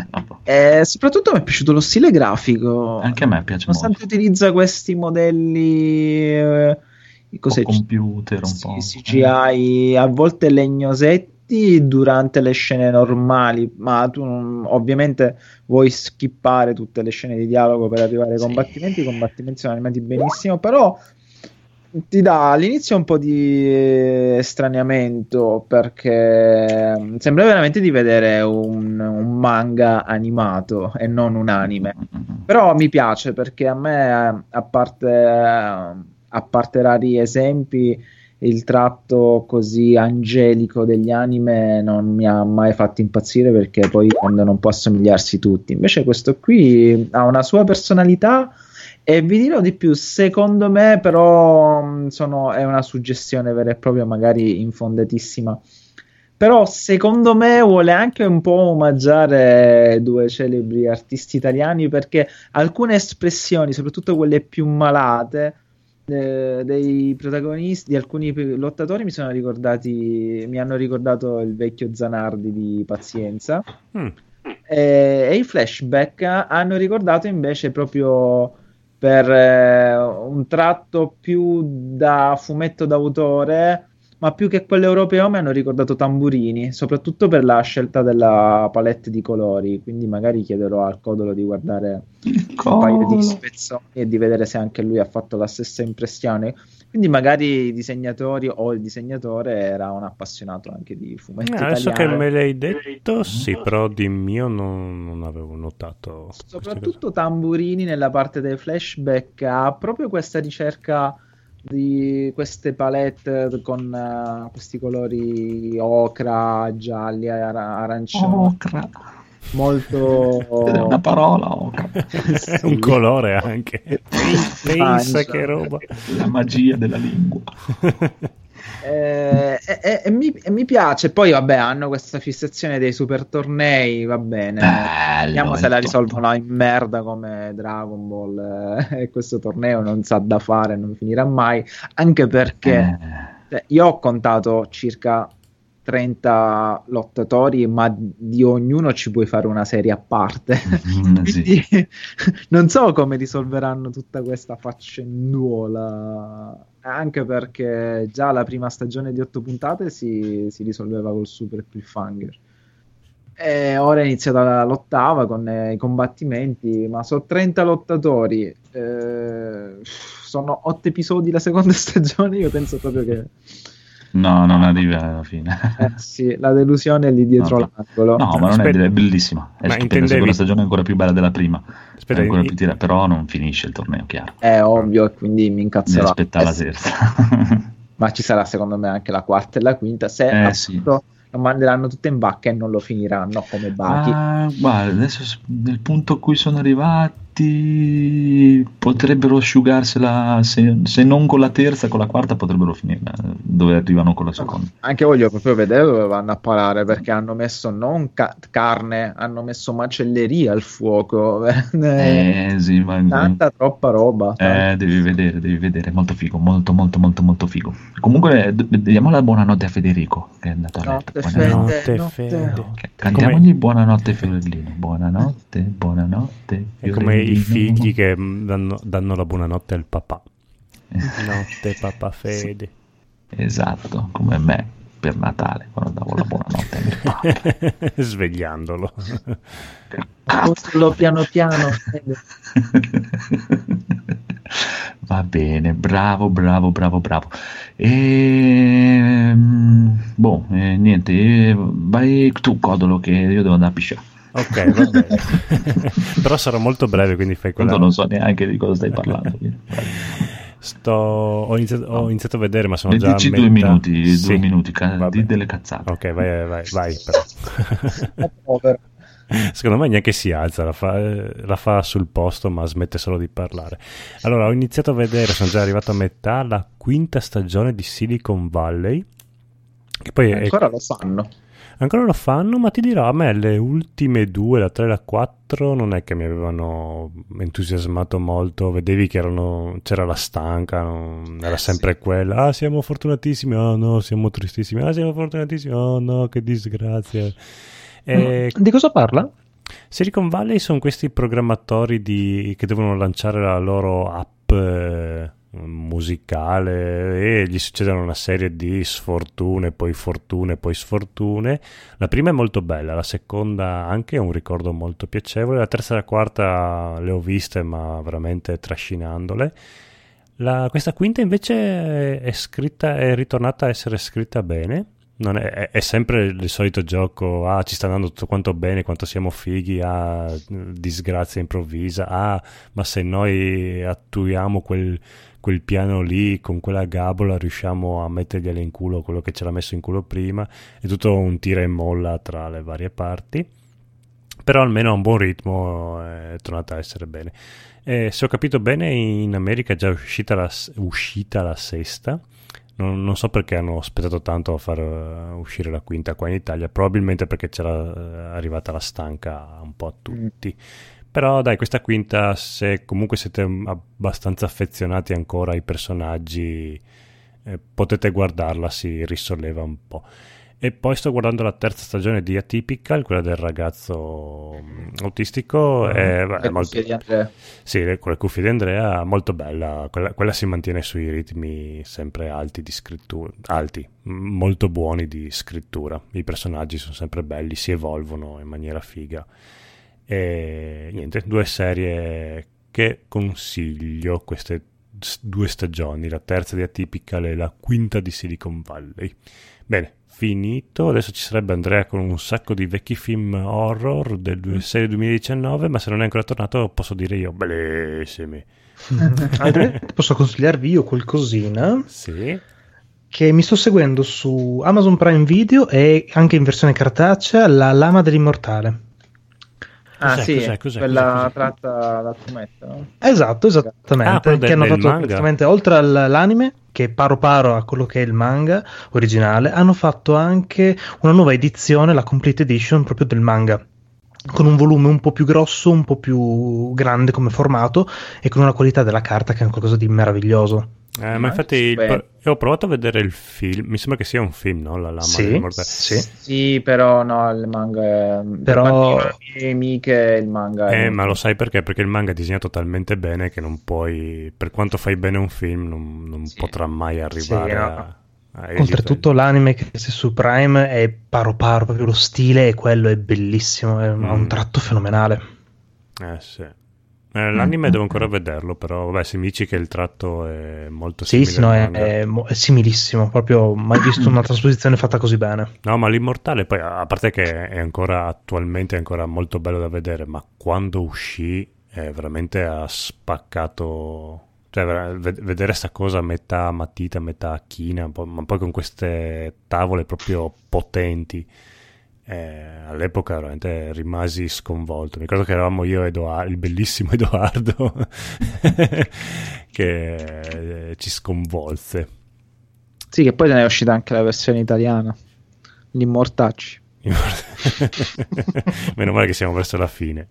S3: E soprattutto mi è piaciuto lo stile grafico,
S1: Anche a me piace
S3: nonostante
S1: molto.
S3: utilizza questi modelli eh, cos'è?
S1: Un po' computer, un
S3: Sì,
S1: po'.
S3: C G I, a volte legnosetti durante le scene normali, ma tu non- ovviamente vuoi skippare tutte le scene di dialogo per arrivare ai
S1: Sì.
S3: combattimenti. I combattimenti sono animati benissimo, però ti dà all'inizio un po' di estraniamento, perché sembra veramente di vedere un, un manga animato e non un anime. Però mi piace, perché a me, a parte, a parte rari esempi, il tratto così angelico degli anime non mi ha mai fatto impazzire, perché poi tendono un po' a somigliarsi tutti. Invece questo qui ha una sua personalità. E vi dirò di più, secondo me però mh, sono, è una suggestione vera e propria, magari infondatissima, però secondo me vuole anche un po' omaggiare due celebri artisti italiani, perché alcune espressioni, soprattutto quelle più malate, eh, dei protagonisti, di alcuni lottatori, mi sono ricordati, mi hanno ricordato il vecchio Zanardi di Pazienza.
S2: Mm.
S3: E, e i flashback hanno ricordato invece proprio per eh, un tratto più da fumetto d'autore, ma più che quello europeo mi hanno ricordato Tamburini, soprattutto per la scelta della palette di colori. Quindi magari chiederò al Codolo di guardare un paio di spezzoni e di vedere se anche lui ha fatto la stessa impressione. Quindi magari i disegnatori o il disegnatore era un appassionato anche di fumetti
S2: eh, adesso
S3: italiani.
S2: che me l'hai detto, sì, però di mio non, non avevo notato.
S3: Soprattutto Tamburini nella parte dei flashback ha proprio questa ricerca di queste palette con uh, questi colori ocra, gialli, ara- arancioni.
S1: Ocra.
S3: Molto...
S1: È una parola, ocra.
S2: Sì. È un colore anche. Pensa che roba.
S1: La magia della lingua.
S3: E, e, e, mi, e mi piace. Poi vabbè, hanno questa fissazione dei super tornei, va bene,
S1: Bello,
S3: vediamo se la
S1: top.
S3: risolvono in merda come Dragon Ball, eh, e questo torneo non sa da fare, non finirà mai, anche perché
S1: Eh.
S3: cioè, io ho contato circa trenta lottatori, ma di ognuno ci puoi fare una serie a parte.
S1: Mm,
S3: Quindi
S1: sì.
S3: non so come risolveranno tutta questa faccenduola, anche perché già la prima stagione di otto puntate si, si risolveva col super cliffhanger. E ora è iniziata l'ottava con eh, i combattimenti, ma sono trenta lottatori, eh, sono otto episodi la seconda stagione. Io penso proprio che
S1: No, non arriva alla fine.
S3: eh, sì, la delusione è lì dietro
S1: No,
S3: l'angolo.
S1: no, ma non
S2: Aspetta.
S1: è, è bellissima. È
S2: Ma
S1: stupenda. La
S2: intendevi-
S1: seconda stagione è ancora più bella della prima.
S2: Aspetta,
S1: È ancora
S2: in-
S1: più tira- però non finisce il torneo, chiaro.
S3: È ovvio, e quindi mi
S1: Devi
S3: incazzerò.
S1: aspettare la
S3: Eh sì,
S1: terza.
S3: ma ci sarà secondo me anche la quarta e la quinta, se
S1: Eh,
S3: appunto lo manderanno tutte in vacca e non lo finiranno come Baki.
S1: Ah, guarda, adesso s- nel punto a cui sono arrivati potrebbero asciugarsela, se, se non con la terza, con la quarta potrebbero finirla, dove arrivano con la seconda.
S3: Anche voglio proprio vedere dove vanno a parare, perché hanno messo non ca- carne, hanno messo macelleria al fuoco.
S1: Eh, sì, ma...
S3: Tanta troppa roba.
S1: Eh, devi vedere, devi vedere, molto figo, molto molto molto molto figo. Comunque d- diamo la buonanotte a Federico che è andato a letto.
S3: Notte,
S1: Buonanotte.
S3: Fede,
S2: Notte,
S3: notte.
S2: Fede.
S1: Ok, cantiamogli buonanotte Fiorellino. Buonanotte, buonanotte.
S2: È come i
S1: Fiorellino.
S2: figli che mm, danno, danno la buonanotte al papà. Notte papà Fede.
S1: Esatto, come me per Natale quando davo la buonanotte a mio padre.
S2: Svegliandolo.
S3: Solo piano piano, Fede.
S1: Va bene, bravo, bravo, bravo, bravo. E... boh, eh, niente, eh, vai tu, Codolo, che io devo andare a pisciare.
S2: Ok, va bene. Però sarò molto breve, quindi fai quella...
S1: Tanto non so neanche di cosa stai parlando.
S2: Sto... ho, iniziato, ho iniziato a vedere, ma sono già a
S1: Dici
S2: metà.
S1: due minuti,
S2: Sì.
S1: due minuti, ca-
S2: Vabbè.
S1: di delle cazzate.
S2: Ok, vai, vai, vai. Però. Secondo me neanche si alza, la fa, la fa sul posto, ma smette solo di parlare. Allora, ho iniziato a vedere, sono già arrivato a metà, la quinta stagione di Silicon Valley. Che poi
S3: Ancora
S2: è...
S3: lo fanno.
S2: Ancora lo fanno, ma ti dirò, a me le ultime due, la tre e la quattro, non è che mi avevano entusiasmato molto. Vedevi che erano, c'era la stanca, non, era sempre sì. quella. Ah, siamo fortunatissimi, oh no, siamo tristissimi. Ah, siamo fortunatissimi, oh no, che disgrazia. E...
S4: Di cosa parla?
S2: Silicon Valley sono questi programmatori di... che devono lanciare la loro app eh, musicale e gli succedono una serie di sfortune, poi fortune, poi sfortune. La prima è molto bella, la seconda anche è un ricordo molto piacevole, la terza e la quarta le ho viste ma veramente trascinandole. La... questa quinta invece è scritta, è ritornata a essere scritta bene. Non è, è sempre il solito gioco, ah ci sta andando tutto quanto bene, quanto siamo fighi, ah disgrazia improvvisa, ah ma se noi attuiamo quel, quel piano lì con quella gabola riusciamo a mettergliela in culo quello che ce l'ha messo in culo prima, è tutto un tira e molla tra le varie parti, però almeno a un buon ritmo è tornata a essere bene. E se ho capito bene in America è già uscita la, uscita la sesta. Non, non so perché hanno aspettato tanto a far uh, uscire la quinta qua in Italia, probabilmente perché c'era uh, arrivata la stanca un po' a tutti. Mm. Però dai, questa quinta, se comunque siete abbastanza affezionati ancora ai personaggi, eh, potete guardarla, si risolleva un po'. E poi sto guardando la terza stagione di Atypical, quella del ragazzo autistico. Mm. È, beh, è molto... di Andrea. Sì, con le cuffie di Andrea, molto bella. Quella, quella si mantiene sui ritmi sempre alti di scrittura, alti, molto buoni di scrittura. I personaggi sono sempre belli, si evolvono in maniera figa. E niente, due serie che consiglio, queste due stagioni, la terza di Atypical e la quinta di Silicon Valley. Bene. Finito, adesso ci sarebbe Andrea con un sacco di vecchi film horror del serie duemiladiciannove, ma se non è ancora tornato posso dire io bellissimi.
S4: Andrea, posso consigliarvi io qualcosina?
S2: Sì.
S4: Che mi sto seguendo su Amazon Prime Video e anche in versione cartacea, La Lama dell'Immortale.
S3: Ah
S2: cos'è,
S3: sì,
S2: cos'è, cos'è,
S3: quella
S2: cos'è, cos'è?
S3: tratta dal fumetto, no?
S4: Esatto, esattamente.
S2: Ah, del,
S4: che hanno fatto
S2: manga.
S4: praticamente, oltre all'anime, che è paro paro a quello che è il manga originale, hanno fatto anche una nuova edizione, la Complete Edition, proprio del manga, con un volume un po' più grosso, un po' più grande come formato e con una qualità della carta che è qualcosa di meraviglioso.
S2: Eh, ma infatti il, io ho provato a vedere il film, mi sembra che sia un film, no? La Lama
S4: sì,
S2: dell'Immortale.
S4: Sì.
S3: sì, però no, il manga è...
S4: però
S3: per le mie amiche il manga è...
S2: Eh, ma lo sai perché? Perché il manga è disegnato talmente bene che non puoi, per quanto fai bene un film, non, non sì. potrà mai arrivare
S4: sì, no.
S2: a... a
S4: Oltretutto l'anime che c'è su Prime è paro paro, proprio lo stile è quello, è bellissimo, è, mm. ha un tratto fenomenale.
S2: Eh sì. Eh, l'anime devo ancora vederlo, però vabbè, se mi dici che il tratto è molto simile
S4: sì, sì, no, è, è, è similissimo, proprio mai visto una trasposizione fatta così bene.
S2: No, ma l'Immortale poi, a parte che è ancora attualmente è ancora molto bello da vedere, ma quando uscì è veramente ha spaccato, cioè vedere sta cosa metà matita, metà china, ma poi con queste tavole proprio potenti. Eh, all'epoca veramente rimasi sconvolto. Mi ricordo che eravamo io e Edoardo, il bellissimo Edoardo che eh, ci sconvolse.
S3: Sì, che poi ne è uscita anche la versione italiana, gli Immortacci.
S2: Meno male che siamo verso la fine.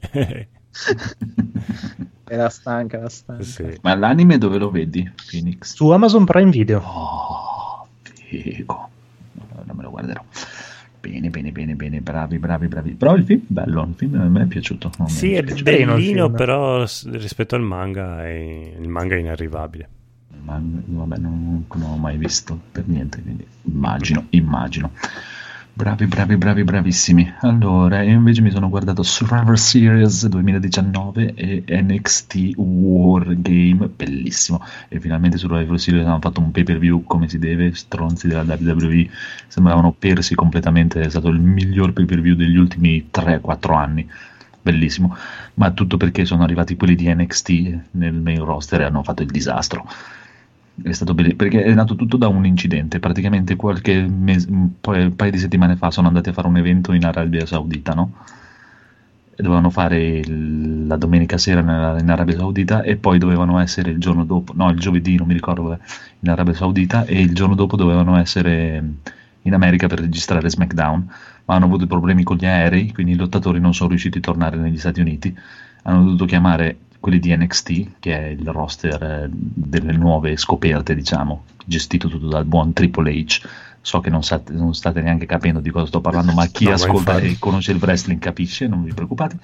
S3: Era stanca, era stanca.
S2: Sì.
S1: Ma l'anime dove lo vedi, Phoenix?
S4: Su Amazon Prime Video.
S1: Oh, figo. Non me lo guarderò. Bene, bene, bene, bene, bravi, bravi, bravi. Però il film, bello, il film a me è piaciuto. Non
S2: sì, è
S1: piaciuto.
S2: bellino, però rispetto al manga è, il manga è inarrivabile.
S1: Ma, vabbè, non, non l'ho mai visto per niente, quindi immagino, immagino. Bravi, bravi, bravi, bravissimi. Allora, io invece mi sono guardato Survivor Series duemiladiciannove e N X T War Game, bellissimo. E finalmente Survivor Series hanno fatto un pay per view come si deve, stronzi della W W E, sembravano persi completamente, è stato il miglior pay per view degli ultimi tre quattro anni. Bellissimo, ma tutto perché sono arrivati quelli di N X T nel main roster e hanno fatto il disastro. È stato bello, perché è nato tutto da un incidente. Praticamente qualche mese, un paio di settimane fa sono andati a fare un evento in Arabia Saudita, no? E dovevano fare il, la domenica sera nella, in Arabia Saudita e poi dovevano essere il giorno dopo, no, il giovedì, non mi ricordo, in Arabia Saudita, e il giorno dopo dovevano essere in America per registrare SmackDown, ma hanno avuto problemi con gli aerei, quindi i lottatori non sono riusciti a tornare negli Stati Uniti. Hanno dovuto chiamare quelli di N X T, che è il roster eh, delle nuove scoperte, diciamo, gestito tutto dal buon Triple H. So che non state, non state neanche capendo di cosa sto parlando, ma chi
S2: no,
S1: ascolta
S2: ma
S1: e conosce il wrestling capisce, non vi preoccupate.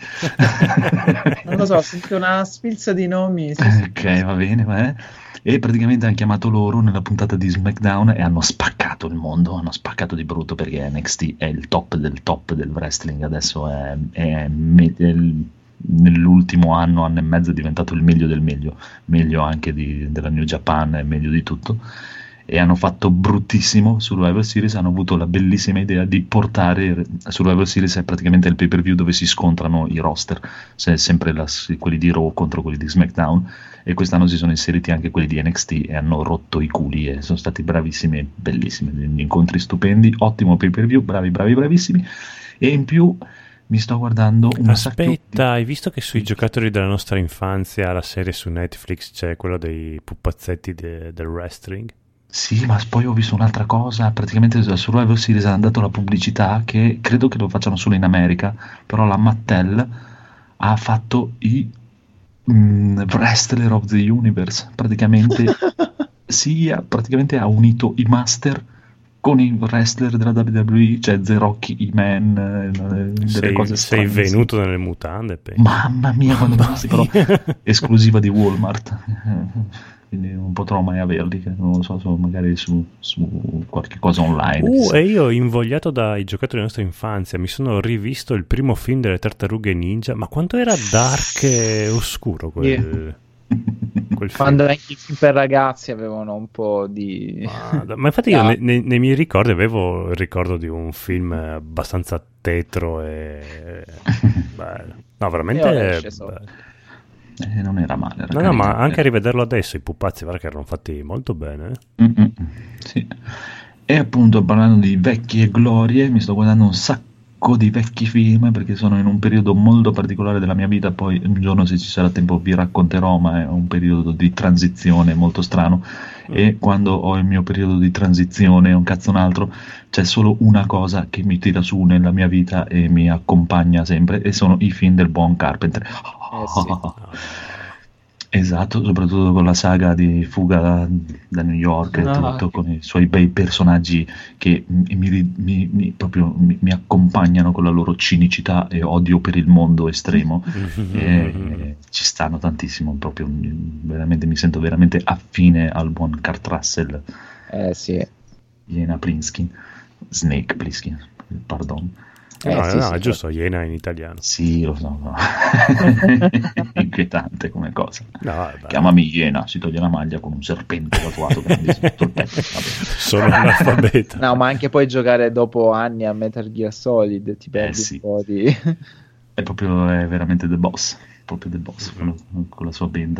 S3: Non lo so, sento una sfilza di nomi. Sì, sì.
S1: Ok, va bene, va bene. E praticamente hanno chiamato loro nella puntata di SmackDown e hanno spaccato il mondo, hanno spaccato di brutto, perché N X T è il top del top del wrestling, adesso è, è, me- è il, nell'ultimo anno, anno e mezzo è diventato il meglio del meglio, meglio anche di, della New Japan, è meglio di tutto. E hanno fatto bruttissimo Survivor Series, hanno avuto la bellissima idea di portare Survivor Series, è praticamente il pay per view dove si scontrano i roster, se sempre la, quelli di Raw contro quelli di SmackDown, e quest'anno si sono inseriti anche quelli di N X T e hanno rotto i culi e sono stati bravissimi e bellissimi, degli incontri stupendi, ottimo pay per view, bravi bravi bravissimi. E in più mi sto guardando un
S2: aspetta,
S1: sacco...
S2: hai visto che sui giocatori della nostra infanzia la serie su Netflix c'è quello dei pupazzetti de- del wrestling?
S1: Sì, ma poi ho visto un'altra cosa, praticamente da Survivor Series hanno dato la pubblicità, che credo che lo facciano solo in America, però la Mattel ha fatto i mm, Wrestler of the Universe, praticamente sì, praticamente ha unito i Master con i wrestler della W W E, cioè The Rock, i Man, eh, delle
S2: sei,
S1: cose
S2: sei
S1: strane.
S2: venuto nelle mutande, penso.
S1: Mamma mia, quando basti, però esclusiva di Walmart. Quindi non potrò mai averli, non lo so, so magari su, su qualche cosa online.
S2: Uh, e io, invogliato dai giocatori della nostra infanzia, mi sono rivisto il primo film delle Tartarughe Ninja, ma quanto era dark e oscuro quel,
S3: Yeah.
S2: quel film.
S3: Quando anche i film per ragazzi avevano un po' di...
S2: Ma, ma infatti io
S3: Ah.
S2: ne- ne- nei miei ricordi avevo il ricordo di un film abbastanza tetro e bello. No, veramente
S3: Io esce solo.
S2: bello.
S1: Eh, non era male. Era
S2: No, no,
S1: carino.
S2: ma anche a rivederlo adesso i pupazzi, guarda che erano fatti molto bene.
S1: Mm-mm, sì. E appunto, parlando di vecchie glorie, mi sto guardando un sacco di vecchi film, perché sono in un periodo molto particolare della mia vita. Poi un giorno, se ci sarà tempo, vi racconterò, ma è un periodo di transizione molto strano. E quando ho il mio periodo di transizione e un cazzo un altro, c'è solo una cosa che mi tira su nella mia vita e mi accompagna sempre, e sono i film del buon Carpenter.
S3: Eh sì.
S1: Esatto, soprattutto con la saga di Fuga da, da New York e
S3: Ah,
S1: tutto,
S3: ok.
S1: con i suoi bei personaggi che mi, mi- mi- mi- proprio mi, mi accompagnano con la loro cinicità e odio per il mondo estremo. e, e ci stanno tantissimo, proprio mi- veramente mi sento veramente affine al buon Kurt Russell,
S3: Eh sì.
S1: Iena Plinsky, Snake Plissken, pardon.
S2: No,
S3: Eh,
S2: no,
S3: sì,
S2: no,
S3: sì,
S2: è giusto, Iena in italiano.
S1: Sì, lo so, no. Inquietante come cosa.
S2: No, vabbè.
S1: Chiamami Iena, si toglie la maglia con un serpente tatuato grandissimo sul petto. Vabbè.
S2: Sono un analfabeta.
S3: No, ma anche poi giocare dopo anni a Metal Gear Solid ti perdi
S1: sì.
S3: un po' di...
S1: È proprio, è veramente the boss, proprio the boss con, con la sua benda.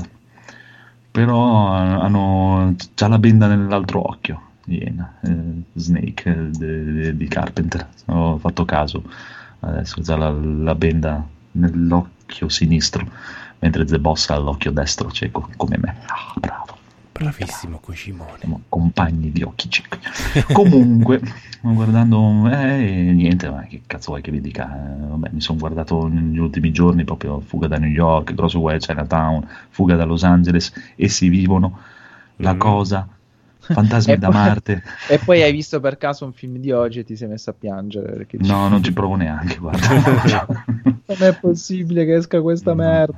S1: Però hanno già la benda nell'altro occhio, Iena, eh, Snake eh, de- de- di Carpenter. Ho fatto caso, adesso già la, la benda nell'occhio sinistro, mentre The Boss ha l'occhio destro cieco, come me. Ah, bravo.
S2: Bravissimo Kojimone.
S1: Siamo compagni di occhi ciechi. Comunque, guardando, eh, niente, ma che cazzo vuoi che vi dica? Eh, vabbè, mi sono guardato negli ultimi giorni proprio Fuga da New York, Grosso Way, Chinatown, Fuga da Los Angeles, Essi vivono, La
S2: Mm.
S1: Cosa, Fantasmi
S3: E
S1: da
S3: poi-
S1: Marte.
S3: E poi hai visto per caso un film di oggi e ti sei messo a piangere perché dici,
S1: No, non ci provo neanche, guarda.
S3: non è possibile che esca questa
S1: No.
S3: merda.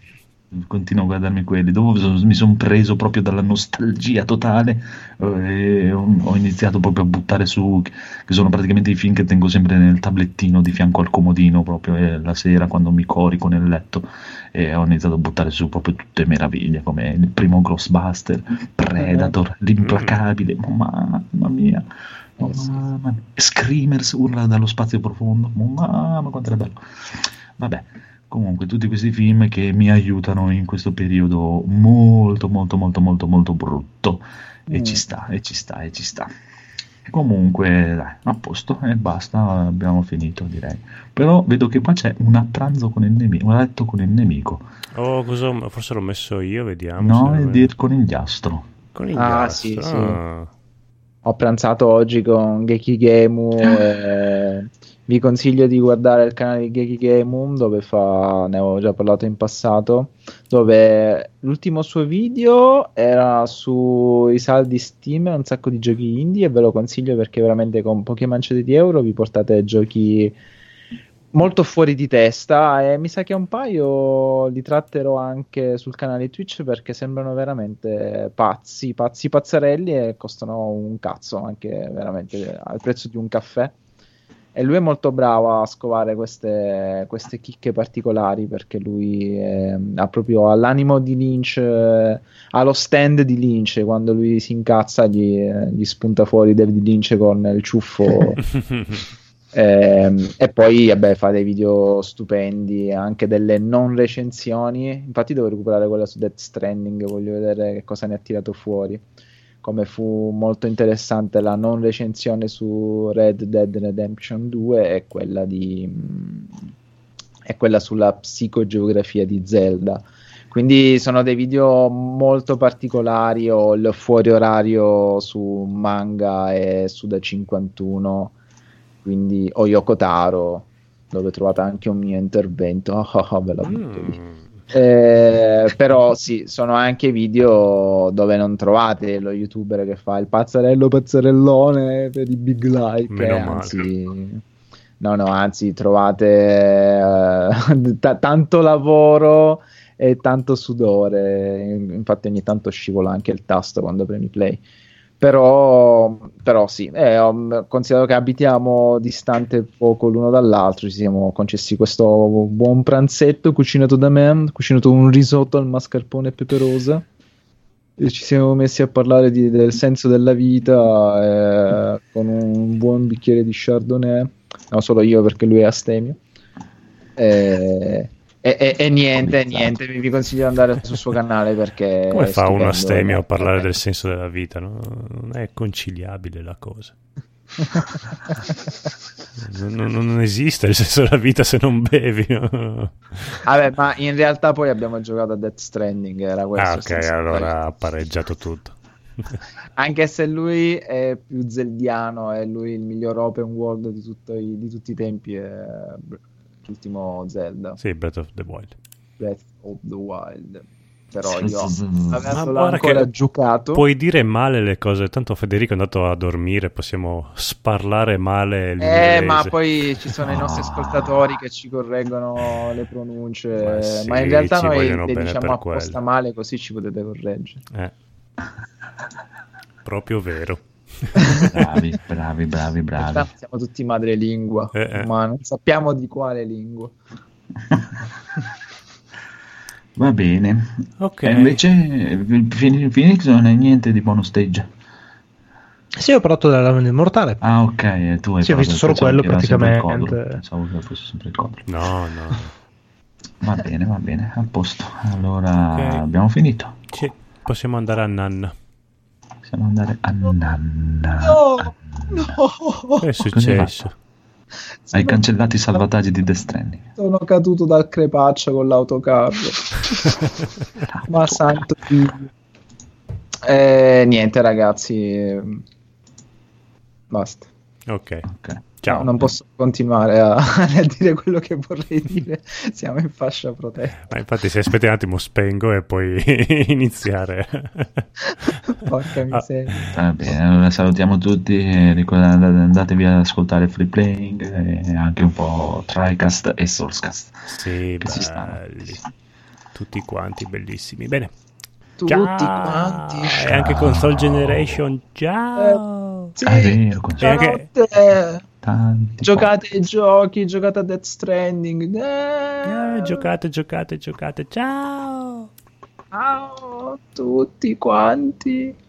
S1: continuo a guardarmi quelli. Dopo so- mi sono preso proprio dalla nostalgia totale eh, e ho, ho iniziato proprio a buttare su, che sono praticamente i film che tengo sempre nel tablettino di fianco al comodino proprio eh, la sera quando mi corico nel letto, e ho iniziato a buttare su proprio tutte meraviglie come il primo Ghostbuster, Predator, l'implacabile, mamma mia, oh, mamma mia. Screamers, urla dallo spazio profondo, mamma quanto era bello. Vabbè, comunque tutti questi film che mi aiutano in questo periodo molto molto molto molto molto brutto, e
S3: Mm.
S1: ci sta, e ci sta, e ci sta. Comunque dai, a posto e basta, abbiamo finito direi. Però vedo che qua c'è un a pranzo con il nemico, un a letto con il nemico.
S2: Oh, cosa, forse l'ho messo io, vediamo.
S1: No,
S2: se
S1: è
S2: lo-
S1: dir con il conigliastro.
S2: Con il
S3: Ah,
S2: gas.
S3: sì, sì.
S2: Ah.
S3: Ho pranzato oggi con Geki Gemu e vi consiglio di guardare il canale di Geki Gemu, dove fa, ne avevo già parlato in passato, dove l'ultimo suo video era sui saldi Steam e un sacco di giochi indie, e ve lo consiglio perché veramente con poche mancette di euro vi portate giochi molto fuori di testa, e mi sa che un paio li tratterò anche sul canale Twitch perché sembrano veramente pazzi, pazzi pazzarelli, e costano un cazzo, anche veramente al prezzo di un caffè. E lui è molto bravo a scovare queste, queste chicche particolari, perché lui eh, ha proprio all'animo di Lynch, eh, ha lo stand di Lynch, quando lui si incazza gli, eh, gli spunta fuori David Lynch con il ciuffo. Ehm, e poi vabbè, fa dei video stupendi, anche delle non recensioni. Infatti devo recuperare quella su Death Stranding, voglio vedere che cosa ne ha tirato fuori. Come fu molto interessante la non recensione su Red Dead Redemption due, e quella di è quella sulla psicogeografia di Zelda. Quindi sono dei video molto particolari, o il fuori orario su Manga e Suda cinquantuno, quindi o Yokotaro, dove trovate anche un mio intervento. Oh, oh, oh, ve la butto lì.
S2: Mm.
S3: Eh, però sì, sono anche video dove non trovate lo youtuber che fa il pazzarello pazzarellone per i big like,
S2: Meno
S3: eh,
S2: male.
S3: anzi no no anzi trovate eh, t- tanto lavoro e tanto sudore. Infatti ogni tanto scivola anche il tasto quando premi play. Però, però sì, eh, ho considerato che abitiamo distante poco l'uno dall'altro, ci siamo concessi questo buon pranzetto cucinato da me, cucinato un risotto al mascarpone e peperosa, e ci siamo messi a parlare di- del senso della vita, eh, con un buon bicchiere di Chardonnay, no solo io perché lui è astemio, e, e- e- e niente, niente, vi vi consiglio di andare sul suo canale perché
S2: Come
S3: è
S2: fa uno
S3: stupendo.
S2: astemio a parlare
S3: Eh,
S2: del senso della vita? No? Non è conciliabile la cosa. Non, non- non esiste il senso della vita se non bevi. No?
S3: Vabbè, ma in realtà poi abbiamo giocato a Death Stranding, era questo
S2: Ah,
S3: il
S2: ok,
S3: senso della
S2: allora
S3: vita.
S2: ha pareggiato tutto.
S3: Anche se lui è più zeldiano, è lui il miglior open world di, tutto i- di tutti i tempi, è l'ultimo Zelda,
S2: Sì, Breath of the Wild.
S3: Breath of the Wild. Però
S1: Ma
S3: io,
S2: Ma
S3: avendolo
S2: guarda
S3: ancora
S2: che
S3: giocato,
S2: puoi dire male le cose, tanto Federico è andato a dormire, possiamo sparlare male
S3: eh,
S2: l'inglese.
S3: ma poi ci sono i nostri
S1: Ah.
S3: ascoltatori che ci correggono le pronunce,
S2: Ma sì,
S3: ma in realtà
S2: ci
S3: noi
S2: vogliono
S3: le
S2: bene
S3: diciamo
S2: per
S3: apposta
S2: quello.
S3: male, così ci potete correggere.
S2: Eh. Proprio vero.
S1: Bravi, bravi, bravi, bravi.
S3: Tanto siamo tutti madrelingua,
S2: Eh, eh.
S3: ma non sappiamo di quale lingua.
S1: Va bene.
S2: Ok.
S1: E invece eh, Phoenix Phoenix non è niente di bonus stage.
S4: Sì, ho parlato della lamina immortale.
S1: Ah, ok, e tu hai
S4: Sì, ho visto solo
S1: pensavo
S4: quello
S1: che era sempre il
S4: praticamente.
S1: Codolo. Pensavo che fosse sempre il Codolo.
S2: No, no.
S1: Va bene, va bene, a posto. Allora
S2: Ok.
S1: abbiamo finito.
S2: Sì, possiamo andare a Nanna.
S1: Possiamo andare a Nanna.
S3: No, no.
S2: Che è successo?
S1: Hai cancellato i salvataggi di Death Stranding.
S3: Sono caduto dal crepaccio con l'autocarro. Ma santo Dio. Eh, niente ragazzi, basta.
S2: Ok,
S1: Ok.
S2: ciao.
S3: No, non posso continuare a, a dire quello che vorrei dire. Siamo in fascia protetta.
S2: Ma infatti se aspetti un attimo spengo e poi iniziare.
S3: Porca miseria.
S1: Va bene, allora salutiamo tutti e ricordate, andatevi ad ascoltare Free Playing e anche un po' Tricast e Soulscast
S2: Sì,
S1: che si stanno.
S2: belli. tutti quanti bellissimi. Bene,
S3: Tutti
S2: ciao.
S3: quanti.
S2: E anche Console Generation, ciao.
S3: Eh, sì,
S1: Ah, è vero, con-
S2: E anche-
S3: giocate,
S1: tanti
S3: giocate ai giochi, giocate a Death Stranding. Eh,
S2: Eh, giocate, giocate, giocate, ciao.
S3: Ciao tutti quanti.